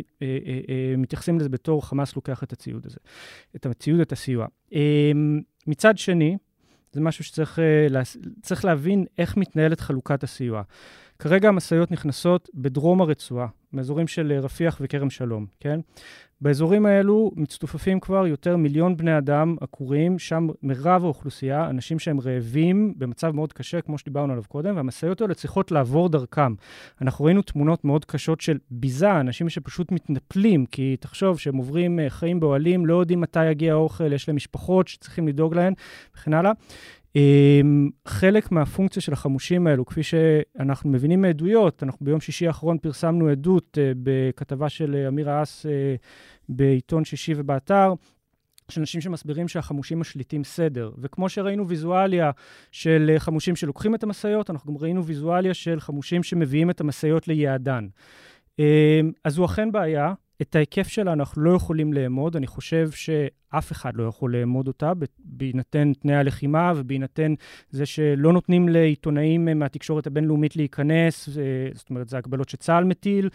ומתייחסים לזה בתור חמאס לוקח את הציוד הזה, את הציוד, את הסיוע. מצד שני, זה משהו שצריך צריך להבין איך מתנהלת חלוקת הסיוע. כרגע המסעיות נכנסות בדרום הרצועה, מאזורים של רפיח וכרם שלום, כן? באזורים האלו מצטופפים כבר יותר מיליון בני אדם עקורים, שם מרב האוכלוסייה, אנשים שהם רעבים במצב מאוד קשה, כמו שדיברנו עליו קודם, והמסעיות האלה צריכות לעבור דרכם. אנחנו ראינו תמונות מאוד קשות של ביזה, אנשים שפשוט מתנפלים, כי תחשוב שהם עוברים חיים באוהלים, לא יודעים מתי יגיע האוכל, יש להם משפחות שצריכים לדאוג להן, וכן הלאה. חלק מהפונקציה של החמושים האלו, כפי שאנחנו מבינים מעדויות, אנחנו ביום שישי האחרון פרסמנו עדות בכתבה של אמיר האס בעיתון שישי ובאתר, של אנשים שמסבירים שהחמושים משליטים סדר. וכמו שראינו ויזואליה של חמושים שלוקחים את המסעיות, אנחנו גם ראינו ויזואליה של חמושים שמביאים את המסעיות ליעדן. אז זו אכן בעיה. את ההיקף שלה אנחנו לא יכולים לאמוד. אני חושב אף אחד לא יכול לעמוד אותה, בהינתן תנאי הלחימה ובהינתן זה שלא נותנים לעיתונאים מהתקשורת הבינלאומית להיכנס, זאת אומרת, זה הגבלות שצה"ל מטיל,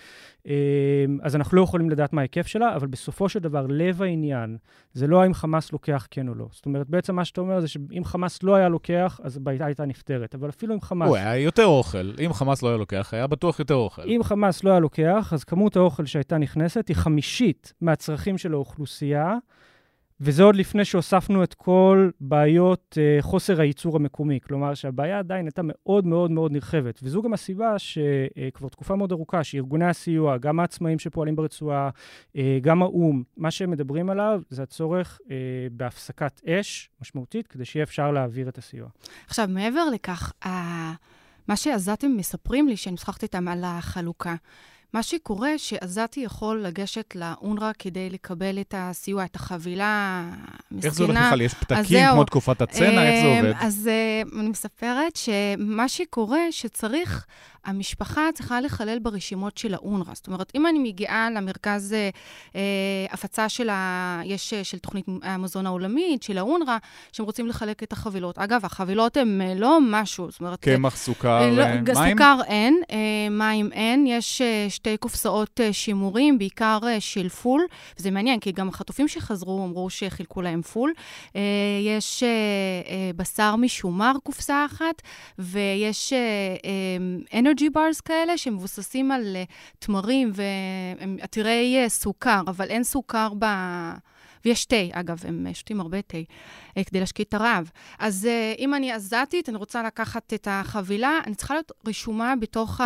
אז אנחנו לא יכולים לדעת מה ההיקף שלה, אבל בסופו של דבר, לב העניין, זה לא האם חמאס לוקח כן או לא. זאת אומרת, בעצם מה שאתה אומר זה שאם חמאס לא היה לוקח, אז הבעיה הייתה נפטרת, אבל אפילו אם חמאס... הוא היה יותר אוכל. אם חמאס לא היה לוקח, היה בטוח יותר אוכל. אם חמאס לא היה לוקח, אז כמות האוכל שהייתה נכנסת היא חמישית מהצרכים של האוכלוסייה, וזה עוד לפני שהוספנו את כל בעיות uh, חוסר הייצור המקומי. כלומר, שהבעיה עדיין הייתה מאוד מאוד מאוד נרחבת. וזו גם הסיבה שכבר uh, תקופה מאוד ארוכה, שארגוני הסיוע, גם העצמאים שפועלים ברצועה, uh, גם האום, מה שהם מדברים עליו, זה הצורך uh, בהפסקת אש משמעותית, כדי שיהיה אפשר להעביר את הסיוע. עכשיו, מעבר לכך, uh, מה שעזתים מספרים לי, שאני משחקת איתם על החלוקה, מה שקורה שעזתי יכול לגשת לאונר"א כדי לקבל את הסיוע, את החבילה מסכנה. איך זה הולך בכלל? יש פתקים כמו תקופת הצנע? איך זה עובד? אז אני מספרת שמה שקורה שצריך, המשפחה צריכה לחלל ברשימות של האונר"א. זאת אומרת, אם אני מגיעה למרכז אה, הפצה של, ה, יש, של תוכנית המזון העולמית, של האונר"א, שהם רוצים לחלק את החבילות. אגב, החבילות הן לא משהו, זאת אומרת... קמח, סוכר, לא, מים? סוכר אין, אה, מים אין. יש אה, שתי קופסאות אה, שימורים, בעיקר אה, של פול, וזה מעניין, כי גם החטופים שחזרו אמרו שחילקו להם פול. אה, יש אה, אה, בשר משומר, קופסה אחת, ויש אה, אה, אנרגי ברס כאלה שמבוססים על uh, תמרים והם עתירי uh, סוכר, אבל אין סוכר ב... ויש תה, אגב, הם שותים הרבה תה, uh, כדי להשקיע את הרעב. אז uh, אם אני עזתית, אני רוצה לקחת את החבילה, אני צריכה להיות רשומה בתוך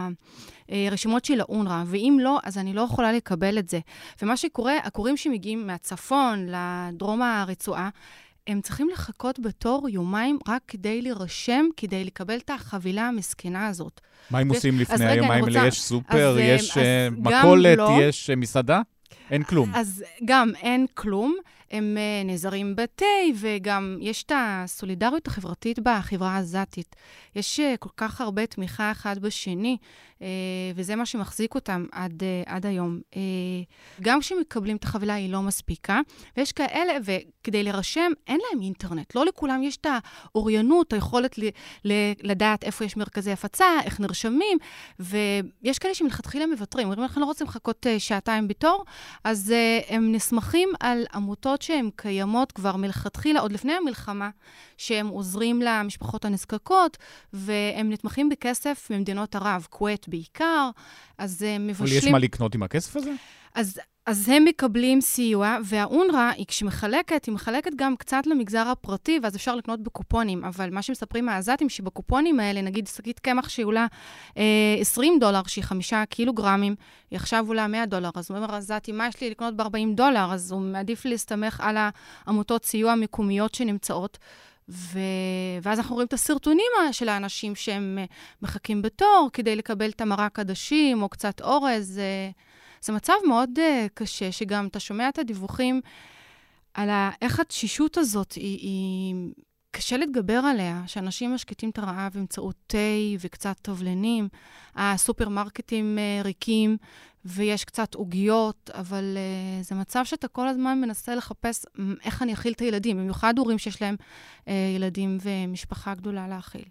הרשימות של האונר"א, ואם לא, אז אני לא יכולה לקבל את זה. ומה שקורה, הקוראים שמגיעים מהצפון לדרום הרצועה, הם צריכים לחכות בתור יומיים רק כדי להירשם, כדי לקבל את החבילה המסכנה הזאת. מה הם עושים לפני היומיים האלה? יש סופר, אז, יש אז מכולת, לא. יש מסעדה? אין כלום. אז גם אין כלום. הם uh, נעזרים בתה, וגם יש את הסולידריות החברתית בחברה העזתית. יש uh, כל כך הרבה תמיכה אחד בשני, uh, וזה מה שמחזיק אותם עד, uh, עד היום. Uh, גם כשמקבלים את החבילה היא לא מספיקה, ויש כאלה, וכדי לרשם, אין להם אינטרנט. לא לכולם יש את האוריינות, היכולת ל- ל- לדעת איפה יש מרכזי הפצה, איך נרשמים, ויש כאלה שמלכתחילה מבטרים. אומרים, אנחנו לא רוצים לחכות uh, שעתיים בתור, אז uh, הם נסמכים על עמותות שהן קיימות כבר מלכתחילה, עוד לפני המלחמה, שהם עוזרים למשפחות הנזקקות, והם נתמכים בכסף ממדינות ערב, כווית בעיקר, אז הם מבשלים... אבל יש מה לקנות עם הכסף הזה? אז... אז הם מקבלים סיוע, והאונר"א, כשהיא מחלקת, היא מחלקת גם קצת למגזר הפרטי, ואז אפשר לקנות בקופונים. אבל מה שמספרים העזתים, שבקופונים האלה, נגיד שקית קמח שעולה אה, עשרים דולר, שהיא חמישה קילוגרמים, היא עכשיו עולה מאה דולר. אז הוא אומר, העזתי, מה יש לי לקנות ב-ארבעים דולר? אז הוא מעדיף להסתמך על העמותות סיוע המקומיות שנמצאות. ו... ואז אנחנו רואים את הסרטונים של האנשים שהם מחכים בתור, כדי לקבל את המרק עדשים, או קצת אורז. אה, זה מצב מאוד uh, קשה, שגם אתה שומע את הדיווחים על איך התשישות הזאת, היא, היא קשה להתגבר עליה, שאנשים משקיטים את הרעב באמצעות תה וקצת תבלנים, הסופרמרקטים uh, ריקים, ויש קצת עוגיות, אבל uh, זה מצב שאתה כל הזמן מנסה לחפש איך אני אכיל את הילדים, במיוחד הורים שיש להם uh, ילדים ומשפחה גדולה להאכיל.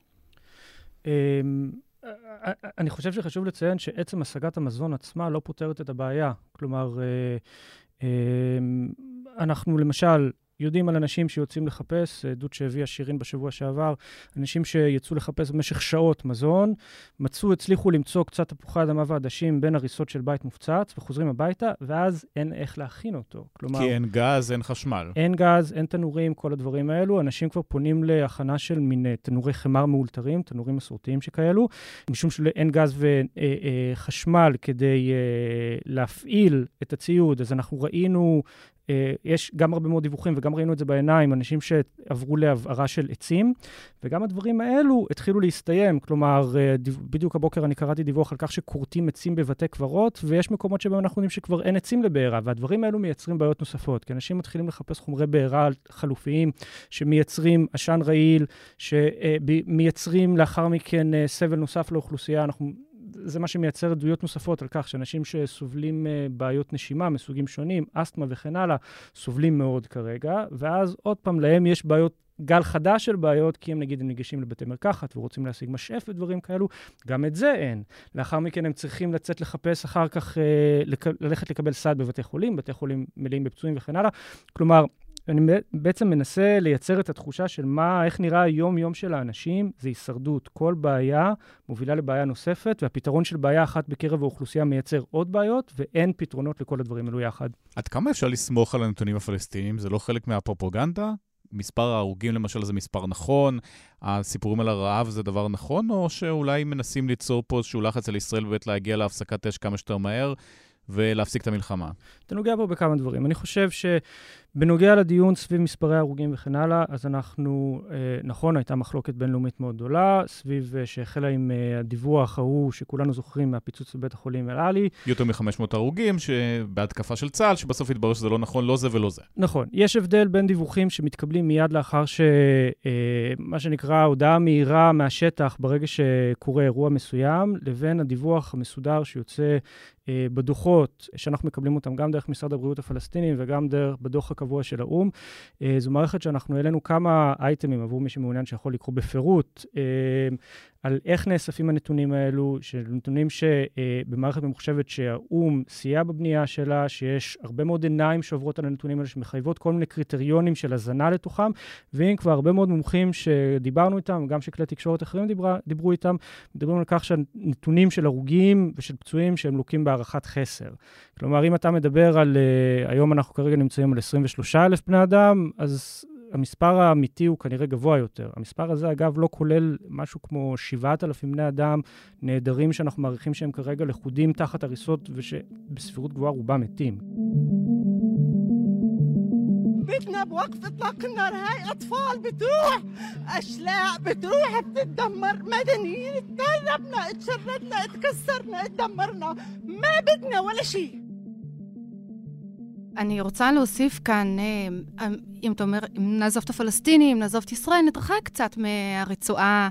אני חושב שחשוב לציין שעצם השגת המזון עצמה לא פותרת את הבעיה. כלומר, אנחנו למשל יודעים על אנשים שיוצאים לחפש, עדות שהביאה שירין בשבוע שעבר, אנשים שיצאו לחפש במשך שעות מזון, מצאו, הצליחו למצוא קצת תפוחי אדמה ועדשים בין הריסות של בית מופצץ, וחוזרים הביתה, ואז אין איך להכין אותו. כלומר, כי אין גז, אין חשמל. אין גז, אין תנורים, כל הדברים האלו. אנשים כבר פונים להכנה של מין תנורי חמר מאולתרים, תנורים מסורתיים שכאלו, משום שאין גז וחשמל כדי להפעיל את הציוד, אז אנחנו ראינו יש גם הרבה מאוד דיווחים, וגם ראינו את זה בעיניים, אנשים שעברו להבערה של עצים, וגם הדברים האלו התחילו להסתיים. כלומר, בדיוק הבוקר אני קראתי דיווח על כך שקורטים עצים בבתי קברות, ויש מקומות שבהם אנחנו יודעים שכבר אין עצים לבעירה, והדברים האלו מייצרים בעיות נוספות, כי אנשים מתחילים לחפש חומרי בעירה חלופיים, שמייצרים עשן רעיל, שמייצרים לאחר מכן סבל נוסף לאוכלוסייה. אנחנו זה מה שמייצר עדויות נוספות על כך שאנשים שסובלים בעיות נשימה מסוגים שונים, אסתמה וכן הלאה, סובלים מאוד כרגע, ואז עוד פעם להם יש בעיות, גל חדש של בעיות, כי הם נגיד הם ניגשים לבתי מרקחת ורוצים להשיג משאף ודברים כאלו, גם את זה אין. לאחר מכן הם צריכים לצאת לחפש אחר כך, אה, לק... ללכת לקבל סעד בבתי חולים, בתי חולים מלאים בפצועים וכן הלאה. כלומר, אני בעצם מנסה לייצר את התחושה של מה, איך נראה היום-יום של האנשים, זה הישרדות. כל בעיה מובילה לבעיה נוספת, והפתרון של בעיה אחת בקרב האוכלוסייה מייצר עוד בעיות, ואין פתרונות לכל הדברים האלו יחד. עד כמה אפשר לסמוך על הנתונים הפלסטיניים? זה לא חלק מהפרופגנדה? מספר ההרוגים למשל זה מספר נכון, הסיפורים על הרעב זה דבר נכון, או שאולי מנסים ליצור פה איזשהו לחץ על ישראל באמת להגיע להפסקת אש כמה שיותר מהר ולהפסיק את המלחמה? אתה נוגע פה בכמה דברים. אני חושב שבנוגע לדיון סביב מספרי ההרוגים וכן הלאה, אז אנחנו, אה, נכון, הייתה מחלוקת בינלאומית מאוד גדולה, סביב אה, שהחלה עם אה, הדיווח ההוא שכולנו זוכרים מהפיצוץ בבית החולים אל-עלי. יותר מ-חמש מאות הרוגים שבהתקפה של צה"ל, שבסוף התברר שזה לא נכון, לא זה ולא זה. נכון. יש הבדל בין דיווחים שמתקבלים מיד לאחר ש... אה, מה שנקרא הודעה מהירה מהשטח ברגע שקורה אירוע מסוים, לבין הדיווח המסודר שיוצא בדוחות שאנחנו מקבלים אותם גם דרך משרד הבריאות הפלסטיני וגם דרך בדוח הקבוע של האום. זו מערכת שאנחנו העלינו כמה אייטמים עבור מי שמעוניין שיכול לקרוא בפירוט על איך נאספים הנתונים האלו, של נתונים שבמערכת ממוחשבת שהאום סייע בבנייה שלה, שיש הרבה מאוד עיניים שעוברות על הנתונים האלה, שמחייבות כל מיני קריטריונים של הזנה לתוכם, ואם כבר הרבה מאוד מומחים שדיברנו איתם, גם שכלי תקשורת אחרים דיברה, דיברו איתם, מדברים על כך שהנתונים של הרוגים ושל פצועים שהם לוקים בהערכת חסר. כלומר, אם אתה מדבר על, היום אנחנו כרגע נמצאים על עשרים ושלושה אלף בני אדם, אז המספר האמיתי הוא כנראה גבוה יותר. המספר הזה, אגב, לא כולל משהו כמו שבעת אלפים בני אדם נהדרים שאנחנו מעריכים שהם כרגע לחודים תחת הריסות ושבסבירות גבוהה רובם מתים. بدنا بوقف اطلاق النار هاي اطفال بتروح اشلاء بتروح بتتدمر مدنيين اتكربنا اتشردنا اتكسرنا اتدمرنا ما بدنا ولا شيء. אני רוצה להוסיף כאן, אם אתה אומר, אם נעזוב את הפלסטינים, אם נעזוב את ישראל, נתרחק קצת מהרצועה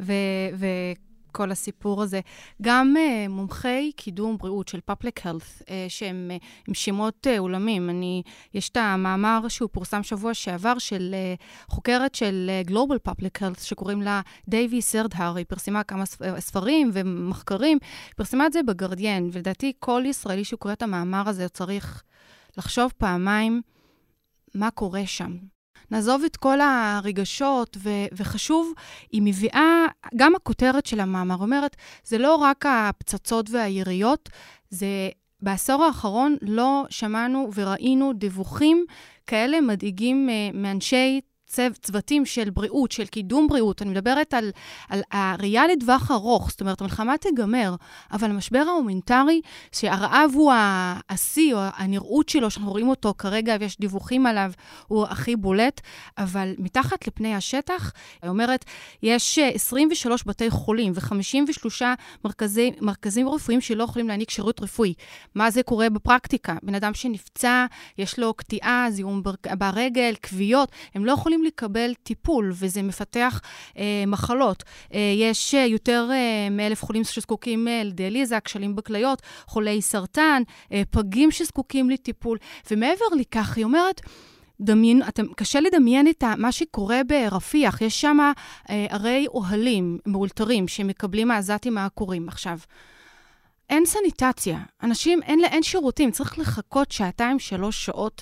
וכל הסיפור הזה. גם מומחי קידום בריאות של Public Health, שהם עם שמות עולמים. אני, יש את המאמר שהוא פורסם שבוע שעבר של חוקרת של Global Public Health, שקוראים לה דייבי סרדהר. היא פרסמה כמה ספרים ומחקרים, פרסמה את זה בגרדיאן, ולדעתי כל ישראלי שקורא את המאמר הזה צריך לחשוב פעמיים מה קורה שם. נעזוב את כל הרגשות, ו- וחשוב, היא מביאה, גם הכותרת של המאמר אומרת, זה לא רק הפצצות והיריות, זה בעשור האחרון לא שמענו וראינו דיווחים כאלה מדאיגים מאנשי צו, צוותים של בריאות, של קידום בריאות. אני מדברת על, על הראייה לדווח ארוך, זאת אומרת, המלחמה תיגמר, אבל המשבר ההומניטרי, שהרעב הוא העשי, או הנראות שלו, שאנחנו רואים אותו כרגע, ויש דיווחים עליו, הוא הכי בולט, אבל מתחת לפני השטח, היא אומרת, יש עשרים ושלושה בתי חולים, ו-חמישים ושלושה מרכזי, מרכזים רפואיים שלא יכולים להעניק שירות רפואי. מה זה קורה בפרקטיקה? בן אדם שנפצע, יש לו קטיעה, זיהום ברגל, כוויות, הם לא יכולים לקבל טיפול, וזה מפתח אה, מחלות. אה, יש אה, יותר אה, מאלף חולים שזקוקים אה, לדיאליזה, כשלים בכליות, חולי סרטן, אה, פגים שזקוקים לטיפול, ומעבר לכך היא אומרת, דמיין, אתם, קשה לדמיין את מה שקורה ברפיח, יש שם אה, הרי אוהלים מאולתרים שמקבלים העזתים העקורים. עכשיו, אין סניטציה, אנשים, אין, אין שירותים, צריך לחכות שעתיים, שלוש שעות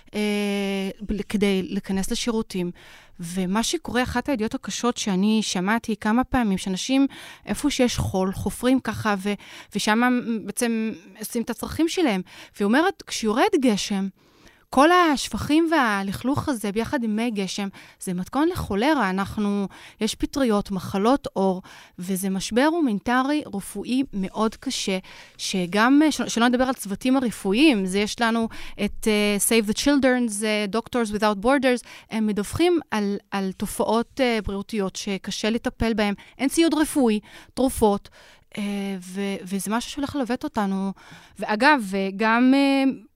אה, כדי להיכנס לשירותים. ומה שקורה, אחת הידיעות הקשות שאני שמעתי כמה פעמים, שאנשים איפה שיש חול, חופרים ככה, ו, ושם בעצם עושים את הצרכים שלהם. והיא אומרת, כשיורד גשם, כל השפכים והלכלוך הזה ביחד עם מי גשם, זה מתכון לחולרה. אנחנו, יש פטריות, מחלות אור, וזה משבר הומניטרי רפואי מאוד קשה, שגם, שלא נדבר על צוותים הרפואיים, זה יש לנו את uh, Save the Children's, uh, Doctors Without Borders, הם מדווחים על, על תופעות uh, בריאותיות שקשה לטפל בהן, אין ציוד רפואי, תרופות, uh, ו- וזה משהו שהולך ללוות אותנו. ואגב, גם... Uh,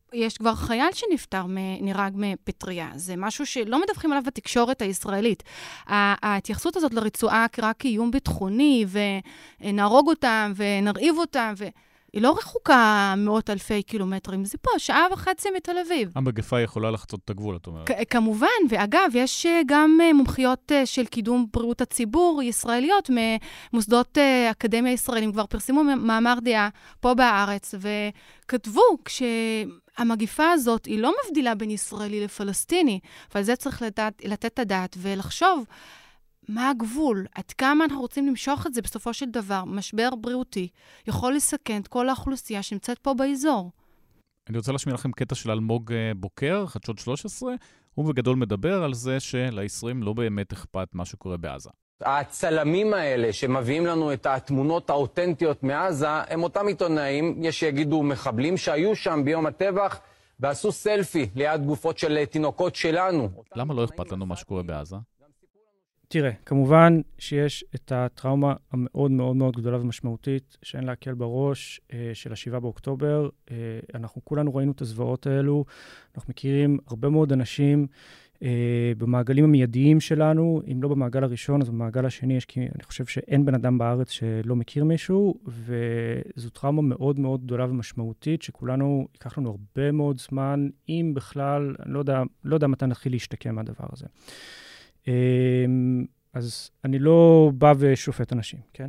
יש כבר חייל שנפטר, נהרג מפטריה. זה משהו שלא מדווחים עליו בתקשורת הישראלית. ההתייחסות הזאת לרצועה כרק איום ביטחוני, ונהרוג אותם, ונרעיב אותם, ו... היא לא רחוקה מאות אלפי קילומטרים, זה פה, שעה וחצי מתל אביב. המגפה יכולה לחצות את הגבול, את אומרת. כמובן, ואגב, יש גם מומחיות של קידום בריאות הציבור ישראליות, ממוסדות אקדמיה ישראלים, כבר פרסמו מאמר דעה פה בארץ, וכתבו כשהמגפה הזאת היא לא מבדילה בין ישראלי לפלסטיני, אבל זה צריך לתת, לתת את הדעת ולחשוב, מה הגבול? עד כמה אנחנו רוצים למשוך את זה בסופו של דבר? משבר בריאותי יכול לסכן את כל האוכלוסייה שנמצאת פה באזור. אני רוצה להשמיע לכם קטע של אלמוג בוקר, חדשות שלוש עשרה. הוא בגדול מדבר על זה שלישראלים לא באמת אכפת מה שקורה בעזה. הצלמים האלה שמביאים לנו את התמונות האותנטיות מעזה, הם אותם עיתונאים, יש שיגידו מחבלים שהיו שם ביום הטבח, ועשו סלפי ליד גופות של תינוקות שלנו. למה לא אכפת לנו מה שקורה בעזה? תראה, כמובן שיש את הטראומה המאוד מאוד מאוד גדולה ומשמעותית, שאין להקל בראש, אה, של השבעה באוקטובר. אה, אנחנו כולנו ראינו את הזוועות האלו, אנחנו מכירים הרבה מאוד אנשים אה, במעגלים המיידיים שלנו, אם לא במעגל הראשון, אז במעגל השני, יש, כי אני חושב שאין בן אדם בארץ שלא מכיר מישהו, וזו טראומה מאוד מאוד גדולה ומשמעותית, שכולנו, ייקח לנו הרבה מאוד זמן, אם בכלל, אני לא יודע, לא יודע מתי נתחיל להשתקם מהדבר הזה. אז אני לא בא ושופט אנשים, כן?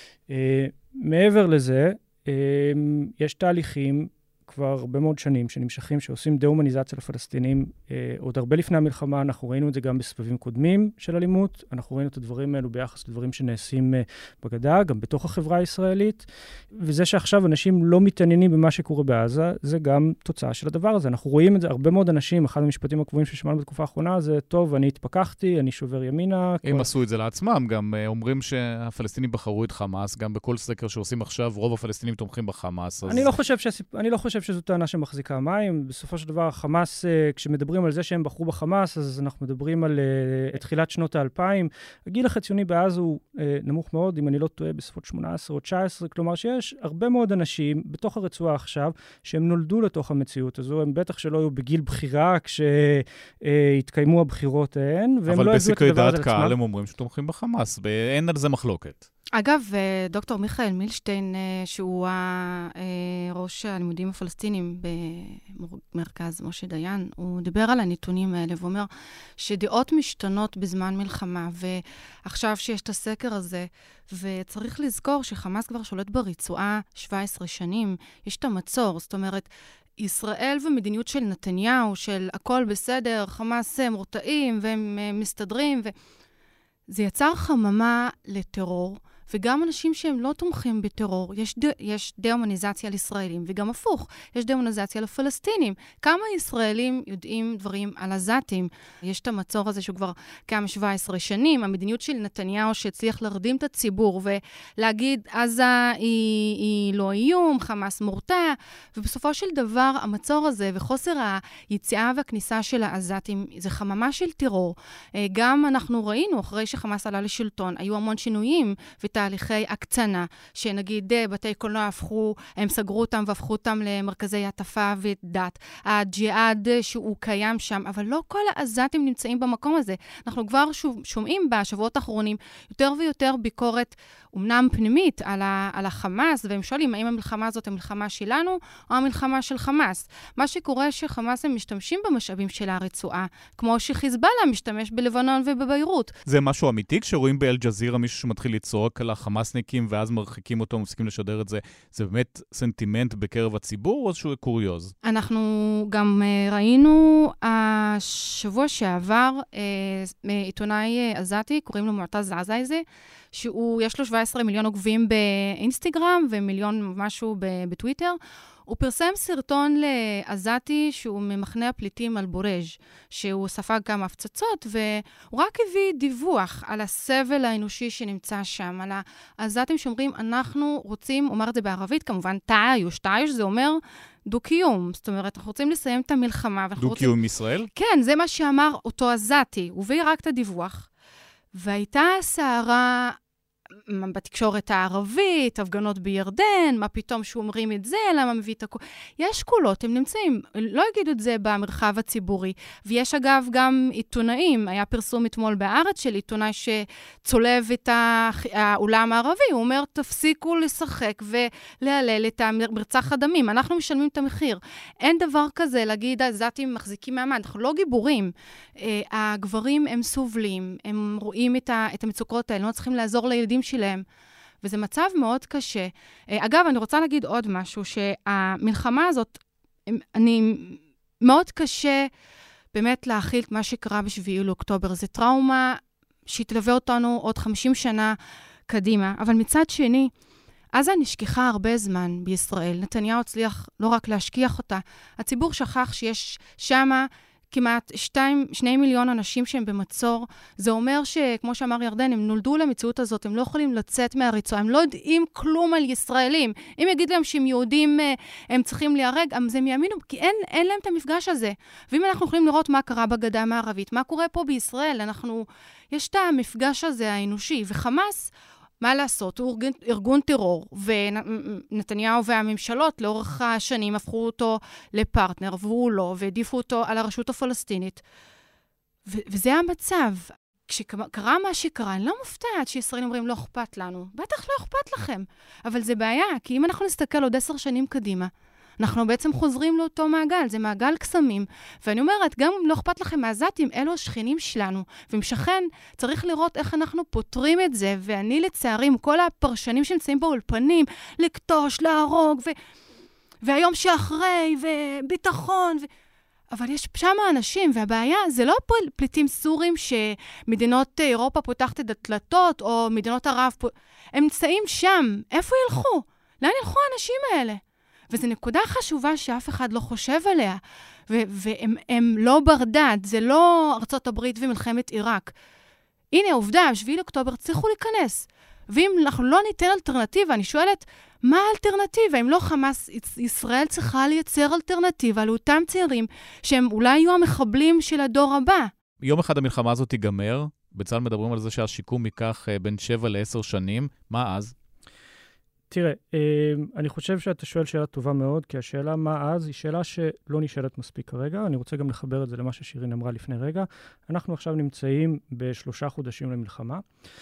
מעבר לזה, יש תהליכים כבר הרבה מאוד שנים שנמשכים, שעושים דה-הומניזציה לפלסטינים. עוד הרבה לפני המלחמה, אנחנו ראינו את זה גם בסבבים קודמים של אלימות, אנחנו ראינו את הדברים האלו ביחס לדברים שנעשים בגדה, גם בתוך החברה הישראלית, וזה שעכשיו אנשים לא מתעניינים במה שקורה בעזה, זה גם תוצאה של הדבר הזה. אנחנו רואים את זה, הרבה מאוד אנשים, אחד המשפטים הקבועים ששמענו בתקופה האחרונה, זה טוב, אני התפקחתי, אני שובר ימינה. הם כל... עשו את זה לעצמם, גם אומרים שהפלסטינים בחרו את חמאס, גם בכל סקר שעושים עכשיו, רוב הפלסטינים תומכים בחמאס. אז... אני לא חושב שהסיפ... אני לא חושב שזו טענה שמחזיקה מים. בסופו של דבר, חמאס, כשמדברים על זה שהם בחרו בחמאס, אז אנחנו מדברים על uh, תחילת שנות האלפיים. הגיל החציוני בעזה הוא uh, נמוך מאוד, אם אני לא טועה, בסביבות שמונה עשרה או תשע עשרה, כלומר שיש הרבה מאוד אנשים בתוך הרצועה עכשיו, שהם נולדו לתוך המציאות הזו, הם בטח שלא היו בגיל בחירה כשהתקיימו uh, הבחירות ההן, והם לא ידעו את הדבר הזה לעצמם. אבל בסקרי דעת קהל הם אומרים שתומכים בחמאס, ואין על זה מחלוקת. אגב, דוקטור מיכאל מילשטיין, שהוא ראש הלימודים הפלסטינים במרכז משה דיין, הוא דיבר על הנתונים האלה, ואומר שדעות משתנות בזמן מלחמה, ועכשיו שיש את הסקר הזה, וצריך לזכור שחמאס כבר שולט ברצועה שבע עשרה שנים, יש את המצור, זאת אומרת, ישראל ומדיניות של נתניהו, של הכל בסדר, חמאס מורתעים והם מסתדרים, וזה יצר חממה לטרור, וגם אנשים שהם לא תומכים בטרור, יש, ד... יש דה-הומניזציה לישראלים, וגם הפוך, יש דה-הומניזציה לפלסטינים. כמה ישראלים יודעים דברים על עזתים? יש את המצור הזה שהוא כבר כמה שבע עשרה שנים, המדיניות של נתניהו שהצליח להרדים את הציבור, ולהגיד, עזה היא, היא לא איום, חמאס מורתע, ובסופו של דבר, המצור הזה וחוסר היציאה והכניסה של העזתים, זה חממה של טרור. גם אנחנו ראינו, אחרי שחמאס עלה לשלטון, היו המון שינויים, תהליכי הקצנה, שנגיד בתי קולנוע הפכו, הם סגרו אותם והפכו אותם למרכזי הטפה ודת. הג'יהאד שהוא קיים שם, אבל לא כל העזתים נמצאים במקום הזה. אנחנו כבר שומעים בשבועות האחרונים יותר ויותר ביקורת, אמנם פנימית, על, ה, על החמאס, והם שואלים האם המלחמה הזאת המלחמה שלנו או המלחמה של חמאס. מה שקורה שחמאס הם משתמשים במשאבים של הרצועה, כמו שחיזבאללה משתמש בלבנון ובביירות. זה משהו אמיתי כשרואים באל-ג'זירה מישהו שמתחיל לצעוק על החמאסניקים ואז מרחיקים אותו, מפסיקים לשדר את זה. זה באמת סנטימנט בקרב הציבור או איזשהו קוריוז? אנחנו גם ראינו השבוע שעבר עיתונאי עזתי, קוראים לו מועתז עזאיזה, שהוא, יש לו שבע עשרה מיליון עוקבים באינסטגרם ומיליון משהו בטוויטר. הוא פרסם סרטון לעזתי שהוא ממחנה הפליטים אל-בורג', שהוא ספג כמה הפצצות, והוא רק הביא דיווח על הסבל האנושי שנמצא שם, על העזתים שאומרים, אנחנו רוצים, אומר את זה בערבית, כמובן, תאיוש, תאיוש זה אומר דו-קיום, זאת אומרת, אנחנו רוצים לסיים את המלחמה. דו-קיום רוצים... ישראל? כן, זה מה שאמר אותו עזתי, הוא הביא רק את הדיווח, והייתה סערה בתקשורת הערבית, הפגנות בירדן, מה פתאום שאומרים את זה, למה מביא את הכול. יש קולות, הם נמצאים, לא יגידו את זה במרחב הציבורי. ויש אגב גם עיתונאים, היה פרסום אתמול בארץ של עיתונאי שצולב את העולם הערבי, הוא אומר, תפסיקו לשחק ולהלל את מרצח הדמים, אנחנו משלמים את המחיר. אין דבר כזה להגיד, הזאתים מחזיקים מעמד, אנחנו לא גיבורים. הגברים הם סובלים, הם רואים את, ה, את המצוקות האלה, לא צריכים לעזור לילדים שלהם. וזה מצב מאוד קשה. אגב, אני רוצה להגיד עוד משהו, שהמלחמה הזאת, אני מאוד קשה באמת להכיל את מה שקרה בשביעי לאוקטובר. זה טראומה שהתלווה אותנו עוד חמישים שנה קדימה. אבל מצד שני, עזה נשכחה הרבה זמן בישראל. נתניהו הצליח לא רק להשכיח אותה. הציבור שכח שיש שמה כמעט שתיים, שני מיליון אנשים שהם במצור. זה אומר שכמו שאמר ירדן, הם נולדו למציאות הזאת, הם לא יכולים לצאת מהרצועה, הם לא יודעים כלום על ישראלים. אם יגיד להם שהם יהודים, הם צריכים להיהרג, אז הם יאמינו, כי אין, אין להם את המפגש הזה. ואם אנחנו יכולים לראות מה קרה בגדה המערבית, מה קורה פה בישראל, אנחנו, יש את המפגש הזה האנושי, וחמאס, מה לעשות? הוא ארגון, ארגון טרור, ונתניהו והממשלות לאורך השנים הפכו אותו לפרטנר, והוא לא, והעדיפו אותו על הרשות הפלסטינית. ו- וזה המצב. כשקרה מה שקרה, אני לא מופתעת שישראלים אומרים, לא אכפת לנו. בטח לא אכפת לכם. אבל זה בעיה, כי אם אנחנו נסתכל עוד עשר שנים קדימה, אנחנו בעצם חוזרים לאותו מעגל, זה מעגל קסמים. ואני אומרת, גם אם לא אכפת לכם מהזאתים, אלו השכנים שלנו. ועם שכן, צריך לראות איך אנחנו פותרים את זה, ואני לצערי, כל הפרשנים שנמצאים באולפנים, לקטוש, להרוג, ו... והיום שאחרי, וביטחון, ו... אבל יש שם אנשים, והבעיה זה לא פליטים סורים שמדינות אירופה פותחת את הדלתות, או מדינות ערב, הם נמצאים שם. איפה ילכו? לאן ילכו האנשים האלה? וזו נקודה חשובה שאף אחד לא חושב עליה, ו- והם הם לא ברדד, זה לא ארצות הברית ומלחמת עיראק. הנה, העובדה, שביעי לאוקטובר צריכו להיכנס. ואם אנחנו לא ניתן אלטרנטיבה, אני שואלת, מה האלטרנטיבה? אם לא חמאס, ישראל צריכה לייצר אלטרנטיבה לאותם צעירים, שהם אולי יהיו המחבלים של הדור הבא. יום אחד המלחמה הזאת תיגמר, בצה"ל מדברים על זה שהשיקום ייקח בין שבע לעשר שנים, מה אז? תראה, אני חושב שאתה שואל שאלה טובה מאוד, כי השאלה מה אז היא שאלה שלא נשאלת מספיק כרגע. אני רוצה גם לחבר את זה למה ששירין אמרה לפני רגע. אנחנו עכשיו נמצאים בשלושה חודשים למלחמה,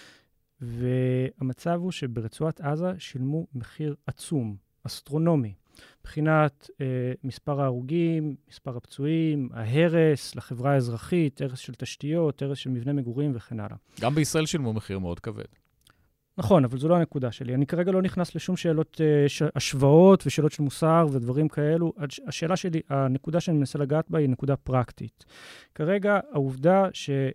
והמצב הוא שברצועת עזה שילמו מחיר עצום, אסטרונומי, מבחינת אה, מספר ההרוגים, מספר הפצועים, ההרס לחברה האזרחית, הרס של תשתיות, הרס של מבנה מגורים וכן הלאה. גם בישראל שילמו מחיר מאוד כבד. נכון, אבל זו לא הנקודה שלי. אני כרגע לא נכנס לשום שאלות uh, ש... השוואות ושאלות של מוסר ודברים כאלו. השאלה שלי, הנקודה שאני מנסה לגעת בה היא נקודה פרקטית. כרגע העובדה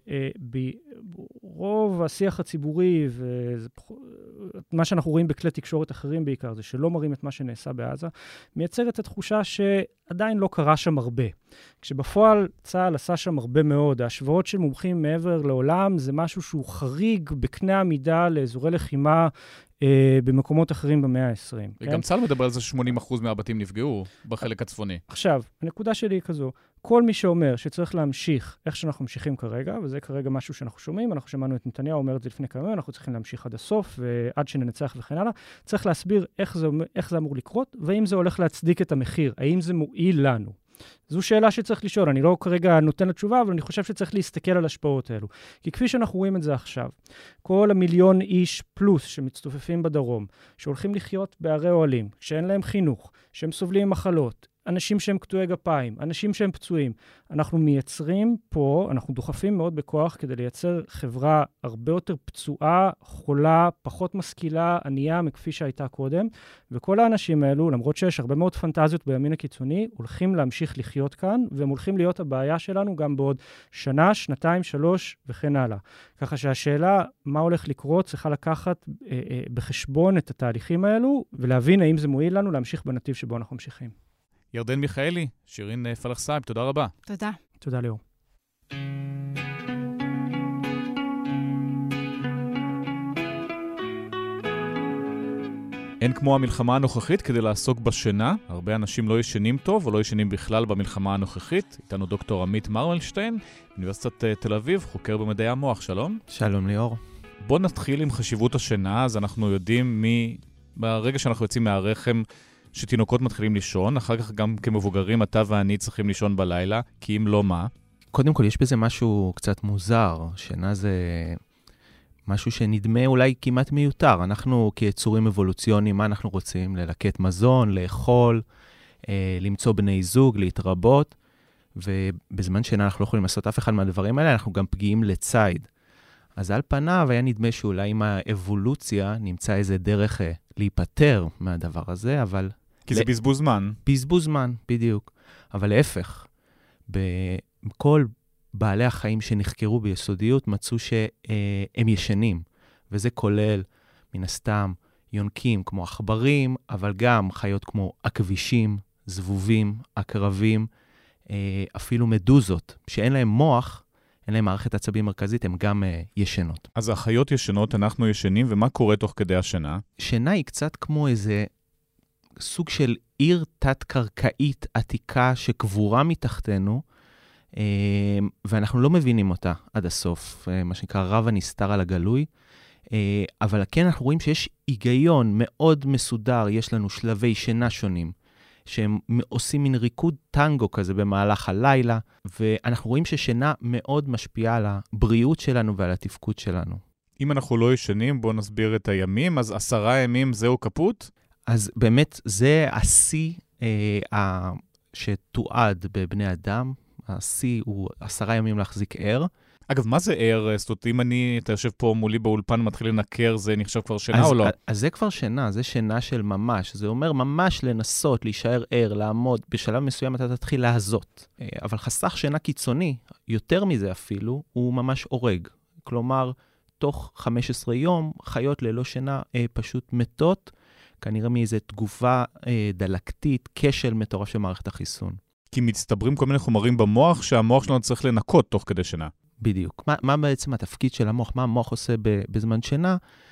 שברוב השיח הציבורי ומה שאנחנו רואים בכלי תקשורת אחרים בעיקר, זה שלא מראים את מה שנעשה בעזה, מייצרת את התחושה שעדיין לא קרה שם הרבה. כשבפועל צה"ל עשה שם הרבה מאוד. ההשוואות של מומחים מעבר לעולם זה משהו שהוא חריג בקנה המידה לאזורי לחימה אה, במקומות אחרים במאה ה-עשרים. וגם כן? צה"ל מדבר על זה ש-שמונים אחוז מהבתים נפגעו בחלק הצפוני. עכשיו, הנקודה שלי היא כזו, כל מי שאומר שצריך להמשיך איך שאנחנו ממשיכים כרגע, וזה כרגע משהו שאנחנו שומעים, אנחנו שמענו את נתניהו אומר את זה לפני כמה, אנחנו צריכים להמשיך עד הסוף, ועד שננצח וכן הלאה, צריך להסביר איך זה, איך זה אמור לקרות, והאם זה הולך להצדיק את המחיר, האם זה מועיל לנו. זו שאלה שצריך לשאול, אני לא כרגע נותן לתשובה, אבל אני חושב שצריך להסתכל על השפעות האלו. כי כפי שאנחנו רואים את זה עכשיו, כל המיליון איש פלוס שמצטופפים בדרום, שהולכים לחיות בערי אוהלים, שאין להם חינוך, שהם סובלים מחלות, אנשים שהם קטועי גפיים, אנשים שהם פצועים. אנחנו מייצרים פה, אנחנו דוחפים מאוד בכוח כדי לייצר חברה הרבה יותר פצועה, חולה, פחות משכילה, ענייה מכפי שהייתה קודם, וכל האנשים האלו, למרות שיש הרבה מאוד פנטזיות בימין הקיצוני, הולכים להמשיך לחיות כאן, והם הולכים להיות הבעיה שלנו גם בעוד שנה, שנתיים, שלוש וכן הלאה. ככה שהשאלה מה הולך לקרות צריכה לקחת אה, אה, בחשבון את התהליכים האלו, ולהבין האם זה מועיל לנו להמשיך בנתיב שבו אנחנו ממשיכים. ירדן מיכאלי, שירין פלח סייב, תודה רבה. תודה. תודה ליאור. אין כמו המלחמה הנוכחית כדי לעסוק בשינה. הרבה אנשים לא ישנים טוב או לא ישנים בכלל במלחמה הנוכחית. איתנו דוקטור עמית מרמלשטיין, אוניברסיטת תל אביב, חוקר במדעי המוח. שלום. שלום ליאור. בואו נתחיל עם חשיבות השינה, אז אנחנו יודעים מי, ברגע שאנחנו יוצאים מהרחם, שתינוקות מתחילים לישון, אחר כך גם כמבוגרים אתה ואני צריכים לישון בלילה, כי אם לא מה? קודם כל, יש בזה משהו קצת מוזר. שינה זה משהו שנדמה אולי כמעט מיותר. אנחנו כיצורים אבולוציוניים, מה אנחנו רוצים? ללקט מזון, לאכול, אה, למצוא בני זוג, להתרבות, ובזמן שינה אנחנו לא יכולים לעשות אף אחד מהדברים האלה, אנחנו גם פגיעים לצייד. אז על פניו היה נדמה שאולי עם האבולוציה נמצא איזה דרך אה, להיפטר מהדבר הזה, אבל... כי זה בזבוז זמן. בזבוז זמן, בדיוק. אבל להפך, בכל בעלי החיים שנחקרו ביסודיות מצאו שהם ישנים, וזה כולל מן הסתם יונקים כמו עכברים, אבל גם חיות כמו עכבישים, זבובים, עקרבים, אפילו מדוזות, שאין להם מוח, אין להם מערכת עצבים מרכזית, הן גם ישנות. אז החיות ישנות, אנחנו ישנים, ומה קורה תוך כדי השינה? שינה היא קצת כמו איזה סוג של עיר תת-קרקעית עתיקה שקבורה מתחתנו, ואנחנו לא מבינים אותה עד הסוף, מה שנקרא רב הנסתר על הגלוי, אבל כן אנחנו רואים שיש היגיון מאוד מסודר, יש לנו שלבי שינה שונים, שהם עושים מין ריקוד טנגו כזה במהלך הלילה, ואנחנו רואים ששינה מאוד משפיעה על הבריאות שלנו ועל התפקוד שלנו. אם אנחנו לא ישנים, בואו נסביר את הימים, אז עשרה ימים זהו כפות? אז באמת זה השיא אה, שתועד בבני אדם, השיא הוא עשרה ימים להחזיק ער. אגב, מה זה ער? זאת אומרת, אם אני, אתה יושב פה מולי באולפן, מתחיל לנקר, זה נחשב כבר שינה אז, או לא? אז זה כבר שינה, זה שינה של ממש. זה אומר ממש לנסות, להישאר ער, לעמוד, בשלב מסוים אתה תתחיל להזות. אבל חסך שינה קיצוני, יותר מזה אפילו, הוא ממש הורג. כלומר, תוך חמישה עשר יום, חיות ללא שינה אה, פשוט מתות, כנראה מאיזו תגובה אה, דלקתית, כשל מטורף של מערכת החיסון. כי מצטברים כל מיני חומרים במוח, שהמוח שלנו צריך לנקות תוך כדי שינה. בדיוק. מה, מה בעצם התפקיד של המוח? מה המוח עושה בזמן שינה?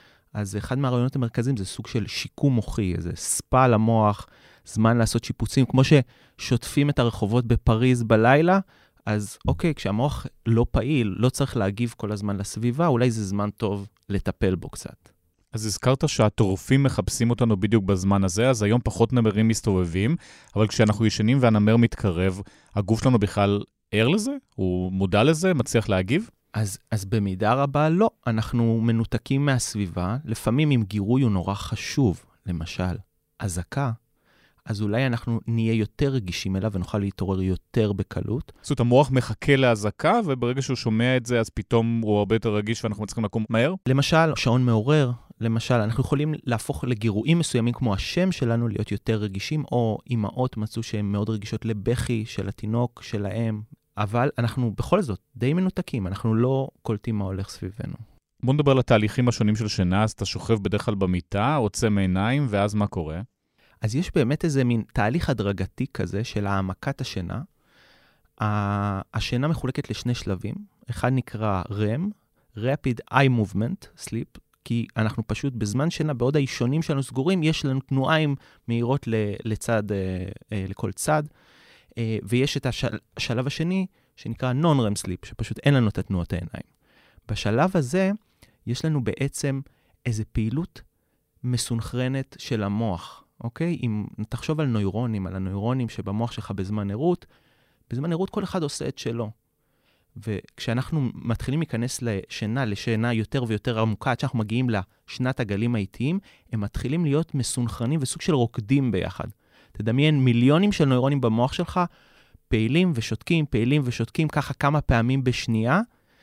אז אחד מהרעיונות המרכזיים זה סוג של שיקום מוחי, איזה ספה למוח, זמן לעשות שיפוצים, כמו ששוטפים את הרחובות בפריז בלילה, אז אוקיי, כשהמוח לא פעיל, לא צריך להגיב כל הזמן לסביבה, אולי זה זמן טוב לטפל בו קצת. אז הזכרת שהטורפים מחפשים אותנו בדיוק בזמן הזה, אז היום פחות נמרים מסתובבים, אבל כשאנחנו ישנים והנמר מתקרב, הגוף שלנו בכלל ער לזה? הוא מודע לזה? מצליח להגיב? אז, אז במידה רבה לא. אנחנו מנותקים מהסביבה, לפעמים עם גירוי הוא נורא חשוב, למשל, אזעקה, אז אולי אנחנו נהיה יותר רגישים אליו ונוכל להתעורר יותר בקלות. זאת אומרת, המוח מחכה להזעקה, וברגע שהוא שומע את זה, אז פתאום הוא הרבה יותר רגיש ואנחנו מצליחים לקום מהר? למשל, שעון מעורר, למשל, אנחנו יכולים להפוך לגירויים מסוימים כמו השם שלנו להיות יותר רגישים, או אמהות מצאו שהן מאוד רגישות לבכי של התינוק, של האם, אבל אנחנו בכל זאת די מנותקים, אנחנו לא קולטים מה הולך סביבנו. בוא נדבר על התהליכים השונים של שינה, אז אתה שוכב בדרך כלל במיטה, עוצם עיניים, ואז מה קורה? אז יש באמת איזה מין תהליך הדרגתי כזה של העמקת השינה. השינה מחולקת לשני שלבים, אחד נקרא רם, Rapid Eye Movement Sleep, כי אנחנו פשוט בזמן שינה, בעוד האישונים שלנו סגורים, יש לנו תנועיים מהירות לצד, לכל צד, ויש את השל, השלב השני, שנקרא Non-רם Sleep, שפשוט אין לנו את התנועות העיניים. בשלב הזה, יש לנו בעצם איזו פעילות מסונכרנת של המוח, אוקיי? אם תחשוב על נוירונים, על הנוירונים שבמוח שלך בזמן ערות, בזמן ערות כל אחד עושה את שלו. וכשאנחנו מתחילים להיכנס לשינה, לשינה יותר ויותר עמוקה, עד שאנחנו מגיעים לשנת הגלים האיטיים, הם מתחילים להיות מסונכרנים וסוג של רוקדים ביחד. תדמיין מיליונים של נוירונים במוח שלך, פעילים ושותקים, פעילים ושותקים, ככה כמה פעמים בשנייה,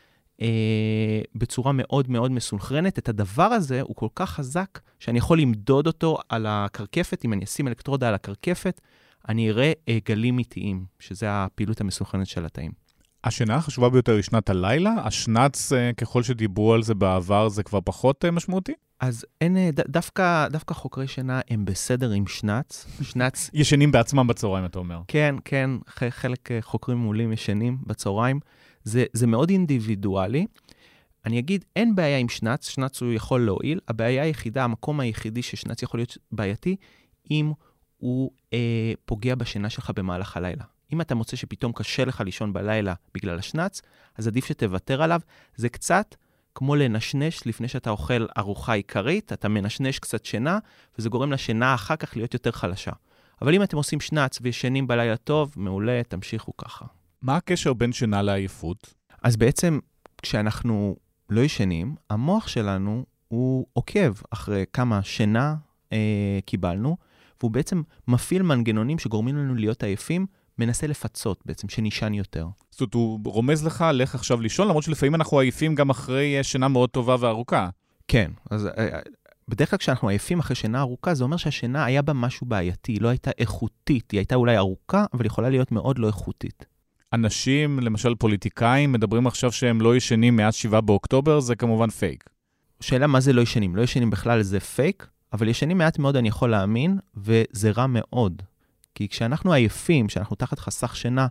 אה, בצורה מאוד מאוד מסונכרנת. את הדבר הזה הוא כל כך חזק, שאני יכול למדוד אותו על הקרקפת, אם אני אשים אלקטרודה על הקרקפת, אני אראה אה, גלים איטיים, שזה הפעילות המסונכרנת של התאים. השינה החשובה ביותר היא שנת הלילה, השנץ, ככל שדיברו על זה בעבר, זה כבר פחות משמעותי? אז אין, ד- דווקא, דווקא חוקרי שינה הם בסדר עם שנץ. שנץ... ישנים בעצמם בצהריים, אתה אומר. כן, כן, ח- חלק חוקרים מעולים ישנים בצהריים. זה, זה מאוד אינדיבידואלי. אני אגיד, אין בעיה עם שנץ, שנץ הוא יכול להועיל. הבעיה היחידה, המקום היחידי ששנץ יכול להיות בעייתי, אם הוא אה, פוגע בשינה שלך במהלך הלילה. אם אתה מוצא שפתאום קשה לך לישון בלילה בגלל השנץ, אז עדיף שתוותר עליו. זה קצת כמו לנשנש לפני שאתה אוכל ארוחה עיקרית, אתה מנשנש קצת שינה, וזה גורם לשינה אחר כך להיות יותר חלשה. אבל אם אתם עושים שנץ וישנים בלילה טוב, מעולה, תמשיכו ככה. מה הקשר בין שינה לעייפות? אז בעצם, כשאנחנו לא ישנים, המוח שלנו הוא עוקב אחרי כמה שינה אה, קיבלנו, והוא בעצם מפעיל מנגנונים שגורמים לנו להיות עייפים, מנסה לפצות בעצם, שנישן יותר. זאת אומרת, הוא רומז לך, לך עכשיו לישון, למרות שלפעמים אנחנו עייפים גם אחרי שינה מאוד טובה וארוכה. כן, אז בדרך כלל כשאנחנו עייפים אחרי שינה ארוכה, זה אומר שהשינה היה בה משהו בעייתי, היא לא הייתה איכותית, היא הייתה אולי ארוכה, אבל יכולה להיות מאוד לא איכותית. אנשים, למשל פוליטיקאים, מדברים עכשיו שהם לא ישנים מאז שבעה באוקטובר, זה כמובן פייק. שאלה מה זה לא ישנים? לא ישנים בכלל זה פייק, אבל ישנים מעט מאוד אני יכול להאמין, וזה רע מאוד. כי כשאנחנו עייפים, כשאנחנו תחת חסך שינה,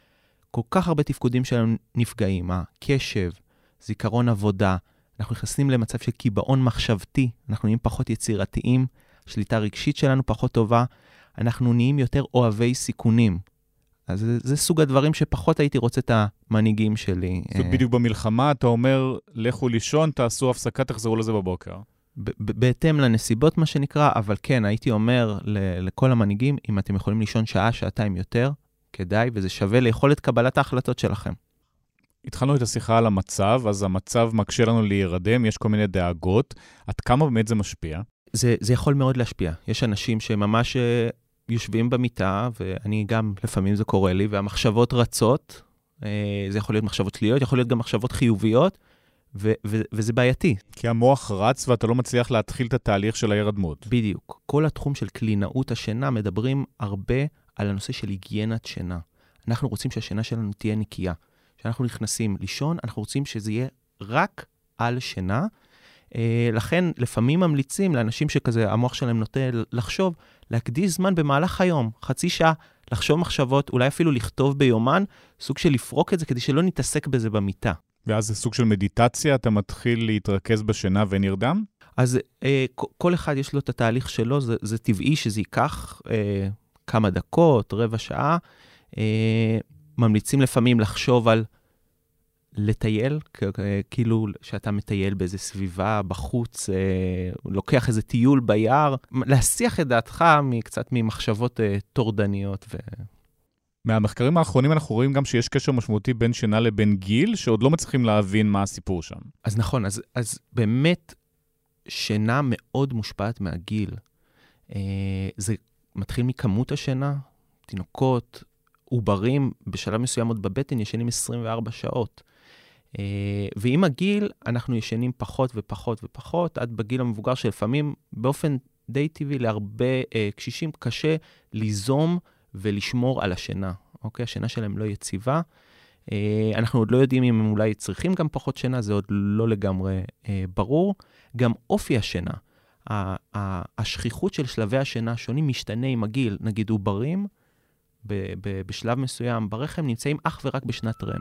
כל כך הרבה תפקודים שלנו נפגעים, הקשב, זיכרון עבודה, אנחנו נכנסים למצב של קיבעון מחשבתי, אנחנו נהיים פחות יצירתיים, שליטה רגשית שלנו פחות טובה, אנחנו נהיים יותר אוהבי סיכונים. אז זה, זה סוג הדברים שפחות הייתי רוצה את המנהיגים שלי. זאת אומרת, בדיוק במלחמה אתה אומר, לכו לישון, תעשו הפסקה, תחזרו לזה בבוקר. בהתאם לנסיבות מה שנקרא, אבל כן, הייתי אומר לכל המנהיגים, אם אתם יכולים לישון שעה, שעתיים יותר, כדאי, וזה שווה ליכולת קבלת ההחלטות שלכם. התחלנו את השיחה על המצב, אז המצב מקשה לנו להירדם, יש כל מיני דאגות. עד כמה באמת זה משפיע? זה, זה יכול מאוד להשפיע. יש אנשים שממש יושבים במיטה, ואני גם, לפעמים זה קורה לי, והמחשבות רצות, זה יכול להיות מחשבות שליליות, יכול להיות גם מחשבות חיוביות, ו- ו- וזה בעייתי. כי המוח רץ ואתה לא מצליח להתחיל את התהליך של ההירדמות. בדיוק. כל התחום של קלינאות השינה מדברים הרבה על הנושא של היגיינת שינה. אנחנו רוצים שהשינה שלנו תהיה נקייה. כשאנחנו נכנסים לישון, אנחנו רוצים שזה יהיה רק על שינה. אה, לכן, לפעמים ממליצים לאנשים שכזה, המוח שלהם נוטה לחשוב, להקדיש זמן במהלך היום, חצי שעה, לחשוב מחשבות, אולי אפילו לכתוב ביומן, סוג של לפרוק את זה כדי שלא נתעסק בזה במיטה. ואז זה סוג של מדיטציה, אתה מתחיל להתרכז בשינה ונרדם? אז אה, כל אחד יש לו את התהליך שלו, זה, זה טבעי שזה ייקח אה, כמה דקות, רבע שעה. אה, ממליצים לפעמים לחשוב על לטייל, כאילו שאתה מטייל באיזו סביבה בחוץ, אה, לוקח איזה טיול ביער, להסיח את דעתך מקצת ממחשבות אה, תורדניות ו... מהמחקרים האחרונים אנחנו רואים גם שיש קשר משמעותי בין שינה לבין גיל, שעוד לא מצליחים להבין מה הסיפור שם. אז נכון, אז, אז באמת שינה מאוד מושפעת מהגיל. אה, זה מתחיל מכמות השינה, תינוקות, עוברים, בשלב מסוים עוד בבטן ישנים עשרים וארבע שעות. אה, ועם הגיל אנחנו ישנים פחות ופחות ופחות, עד בגיל המבוגר שלפעמים באופן די טבעי להרבה אה, קשישים קשה ליזום ולשמור על השינה, אוקיי? השינה שלהם לא יציבה. אה, אנחנו עוד לא יודעים אם הם אולי צריכים גם פחות שינה, זה עוד לא לגמרי אה, ברור. גם אופי השינה, השכיחות של שלבי השינה השונים משתנה עם הגיל. נגיד עוברים, ב- ב- בשלב מסוים ברחם נמצאים אך ורק בשנת רם.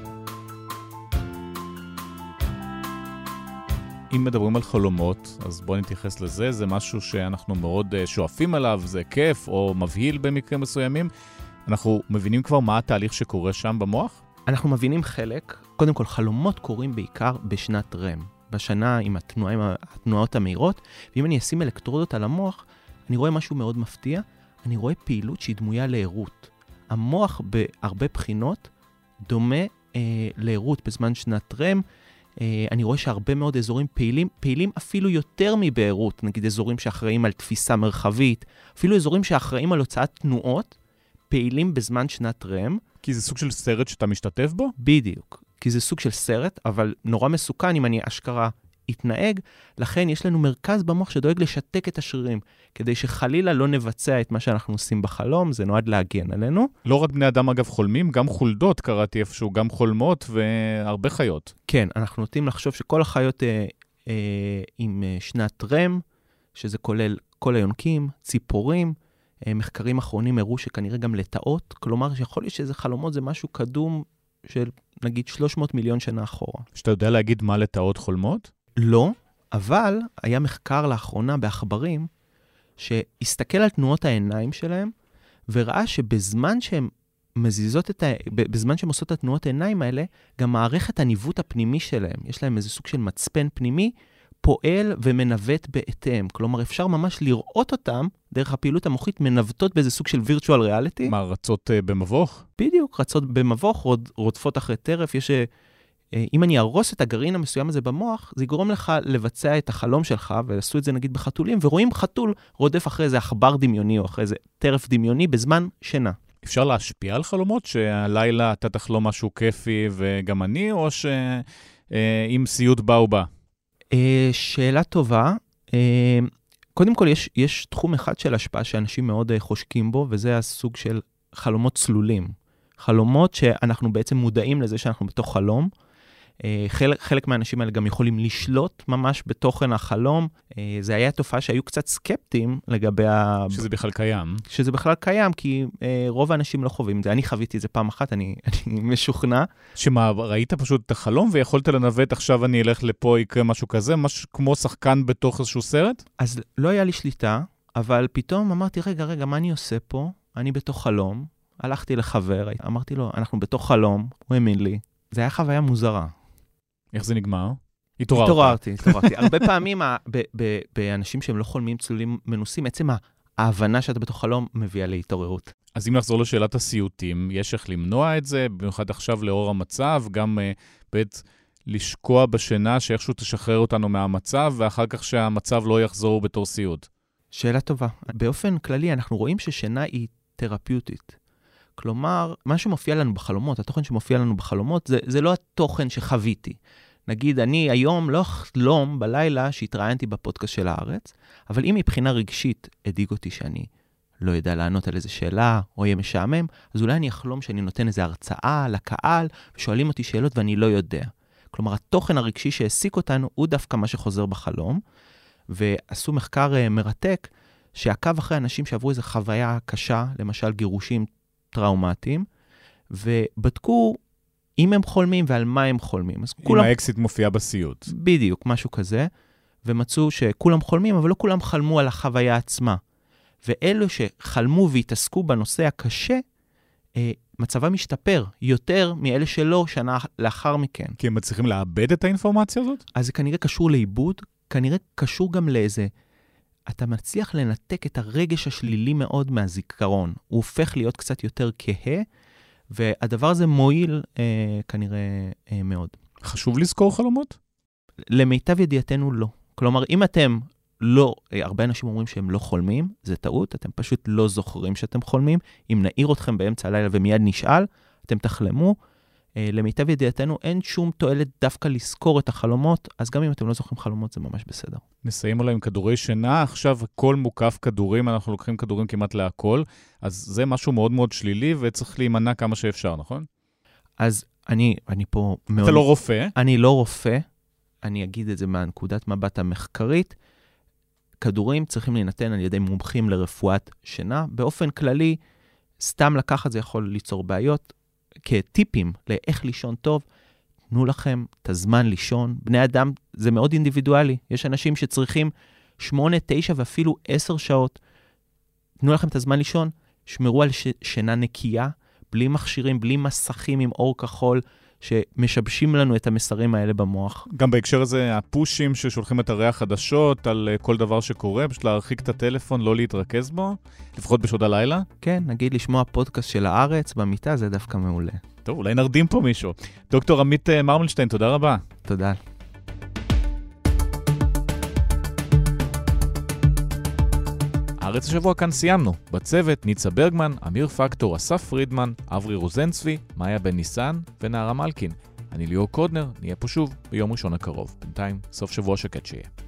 אם מדברים על חלומות, אז בואו נתייחס לזה, זה משהו שאנחנו מאוד שואפים עליו, זה כיף או מבהיל במקרים מסוימים. אנחנו מבינים כבר מה התהליך שקורה שם במוח? אנחנו מבינים חלק. קודם כל, חלומות קורים בעיקר בשנת רם, בשנה עם התנועה, עם התנועות המהירות, ואם אני אשים אלקטרודות על המוח, אני רואה משהו מאוד מפתיע, אני רואה פעילות שהיא דמויה לעירות. המוח בהרבה בחינות דומה אה, לעירות בזמן שנת רם, אני רואה שהרבה מאוד אזורים פעילים, פעילים אפילו יותר מבעירות, נגיד אזורים שאחראים על תפיסה מרחבית, אפילו אזורים שאחראים על הוצאת תנועות, פעילים בזמן שנת רם. כי זה סוג של סרט שאתה משתתף בו? בדיוק, כי זה סוג של סרט, אבל נורא מסוכן אם אני אשכרה יתנהג, לכן יש לנו מרכז במוח שדואג לשתק את השרירים, כדי שחלילה לא נבצע את מה שאנחנו עושים בחלום, זה נועד להגן עלינו. לא רק בני אדם אגב חולמים, גם חולדות קראתי איפשהו, גם חולמות והרבה חיות. כן, אנחנו נוטים לחשוב שכל החיות אה, אה, עם שנת רם, שזה כולל כל היונקים, ציפורים, אה, מחקרים אחרונים הראו שכנראה גם לטאות, כלומר שיכול להיות שזה חלומות, זה משהו קדום של נגיד שלוש מאות מיליון שנה אחורה. שאתה יודע להגיד מה לטאות חולמות? לא, אבל היה מחקר לאחרונה בעכברים, שהסתכל על תנועות העיניים שלהם, וראה שבזמן שהם מזיזות את ה... בזמן שהן עושות את התנועות העיניים האלה, גם מערכת הניווט הפנימי שלהם, יש להם איזה סוג של מצפן פנימי, פועל ומנווט בהתאם. כלומר, אפשר ממש לראות אותם, דרך הפעילות המוחית, מנווטות באיזה סוג של virtual reality. מה, רצות uh, במבוך? בדיוק, רצות במבוך, רוד, רודפות אחרי טרף. יש... אם אני ארוס את הגרעין המסוים הזה במוח, זה יגרום לך לבצע את החלום שלך, ועשו את זה נגיד בחתולים, ורואים חתול רודף אחרי איזה עכבר דמיוני, או אחרי איזה טרף דמיוני, בזמן שינה. אפשר להשפיע על חלומות, שהלילה אתה תחלום משהו כיפי וגם אני, או שאם סיוט בא או בא? שאלה טובה. קודם כל, יש, יש תחום אחד של השפעה שאנשים מאוד חושקים בו, וזה הסוג של חלומות צלולים. חלומות שאנחנו בעצם מודעים לזה שאנחנו בתוך חלום. חלק, חלק מהאנשים האלה גם יכולים לשלוט ממש בתוכן החלום. זה היה תופעה שהיו קצת סקפטיים לגבי ה... שזה בכלל קיים. שזה בכלל קיים, כי רוב האנשים לא חווים את זה. אני חוויתי את זה פעם אחת, אני, אני משוכנע. שמה, ראית פשוט את החלום ויכולת לנווט, עכשיו אני אלך לפה, יקרה משהו כזה, משהו כמו שחקן בתוך איזשהו סרט? אז לא היה לי שליטה, אבל פתאום אמרתי, רגע, רגע, מה אני עושה פה? אני בתוך חלום. הלכתי לחבר, אמרתי לו, אנחנו בתוך חלום, הוא האמין לי. זה היה חוויה מוזרה. איך זה נגמר? התעוררת. התעוררתי, התעוררתי. הרבה פעמים, באנשים שהם לא חולמים צלולים מנוסים, עצם ההבנה שאתה בתוך חלום מביאה להתעוררות. אז אם נחזור לשאלת הסיוטים, יש איך למנוע את זה, במיוחד עכשיו לאור המצב, גם בעת לשקוע בשינה, שאיכשהו תשחרר אותנו מהמצב, ואחר כך שהמצב לא יחזור בתור סיוט. שאלה טובה. באופן כללי, אנחנו רואים ששינה היא תרפיוטית. כלומר, מה שמופיע לנו בחלומות, התוכן שמופיע לנו בחלומות, זה, זה לא התוכן שחוויתי. נגיד, אני היום לא חלום בלילה שהתראיינתי בפודקאסט של הארץ, אבל אם מבחינה רגשית הדאיג אותי שאני לא יודע לענות על איזו שאלה, או יהיה משעמם, אז אולי אני אחלום שאני נותן איזו הרצאה לקהל, ושואלים אותי שאלות ואני לא יודע. כלומר, התוכן הרגשי שהעסיק אותנו, הוא דווקא מה שחוזר בחלום, ועשו מחקר מרתק, שעקב אחרי אנשים שעברו איזו חוויה קשה, למשל גירושים טראומטיים, ובדקו אם הם חולמים ועל מה הם חולמים. אז אם כולם... האקסיט מופיע בסיוט. בדיוק, משהו כזה, ומצאו שכולם חולמים, אבל לא כולם חלמו על החוויה עצמה. ואלו שחלמו והתעסקו בנושא הקשה, מצבם משתפר יותר מאלה שלא שנה לאחר מכן. כי הם מצליחים לאבד את האינפורמציה הזאת? אז זה כנראה קשור לאיבוד, כנראה קשור גם לאיזה... אתה מצליח לנתק את הרגש השלילי מאוד מהזיכרון. הוא הופך להיות קצת יותר כהה, והדבר הזה מועיל אה, כנראה אה, מאוד. חשוב לזכור חלומות? למיטב ידיעתנו לא. כלומר, אם אתם לא, אה, הרבה אנשים אומרים שהם לא חולמים, זה טעות, אתם פשוט לא זוכרים שאתם חולמים. אם נעיר אתכם באמצע הלילה ומיד נשאל, אתם תחלמו. אה, למיטב ידיעתנו אין שום תועלת דווקא לזכור את החלומות, אז גם אם אתם לא זוכרים חלומות זה ממש בסדר. נסיים אולי עם כדורי שינה, עכשיו כל מוקף כדורים, אנחנו לוקחים כדורים כמעט להכל, אז זה משהו מאוד מאוד שלילי וצריך להימנע כמה שאפשר, נכון? אז אני, אני פה... אתה מאוד... לא רופא? אני לא רופא, אני אגיד את זה מהנקודת מבט המחקרית, כדורים צריכים להינתן על ידי מומחים לרפואת שינה, באופן כללי, סתם לקחת זה יכול ליצור בעיות, כטיפים לאיך לישון טוב, תנו לכם את הזמן לישון. בני אדם זה מאוד אינדיבידואלי. יש אנשים שצריכים שמונה, תשע ואפילו עשר שעות. תנו לכם את הזמן לישון, שמרו על ש... שינה נקייה, בלי מכשירים, בלי מסכים עם אור כחול, שמשבשים לנו את המסרים האלה במוח. גם בהקשר הזה, הפושים ששולחים את הריח חדשות על כל דבר שקורה, פשוט להרחיק את הטלפון, לא להתרכז בו, לפחות בשעות הלילה. כן, נגיד לשמוע פודקאסט של הארץ במיטה, זה דווקא מעולה. טוב, אולי נרדים פה מישהו. דוקטור עמית מרמלשטיין, תודה רבה. תודה. הארץ השבוע כאן סיימנו. בצוות ניצה ברגמן, אמיר פקטור, אסף פרידמן, אברי רוזנצבי, מאיה בן ניסן ונערה מלכין. אני ליאור קודנר, נהיה פה שוב ביום ראשון הקרוב. בינתיים, סוף שבוע שקט שיהיה.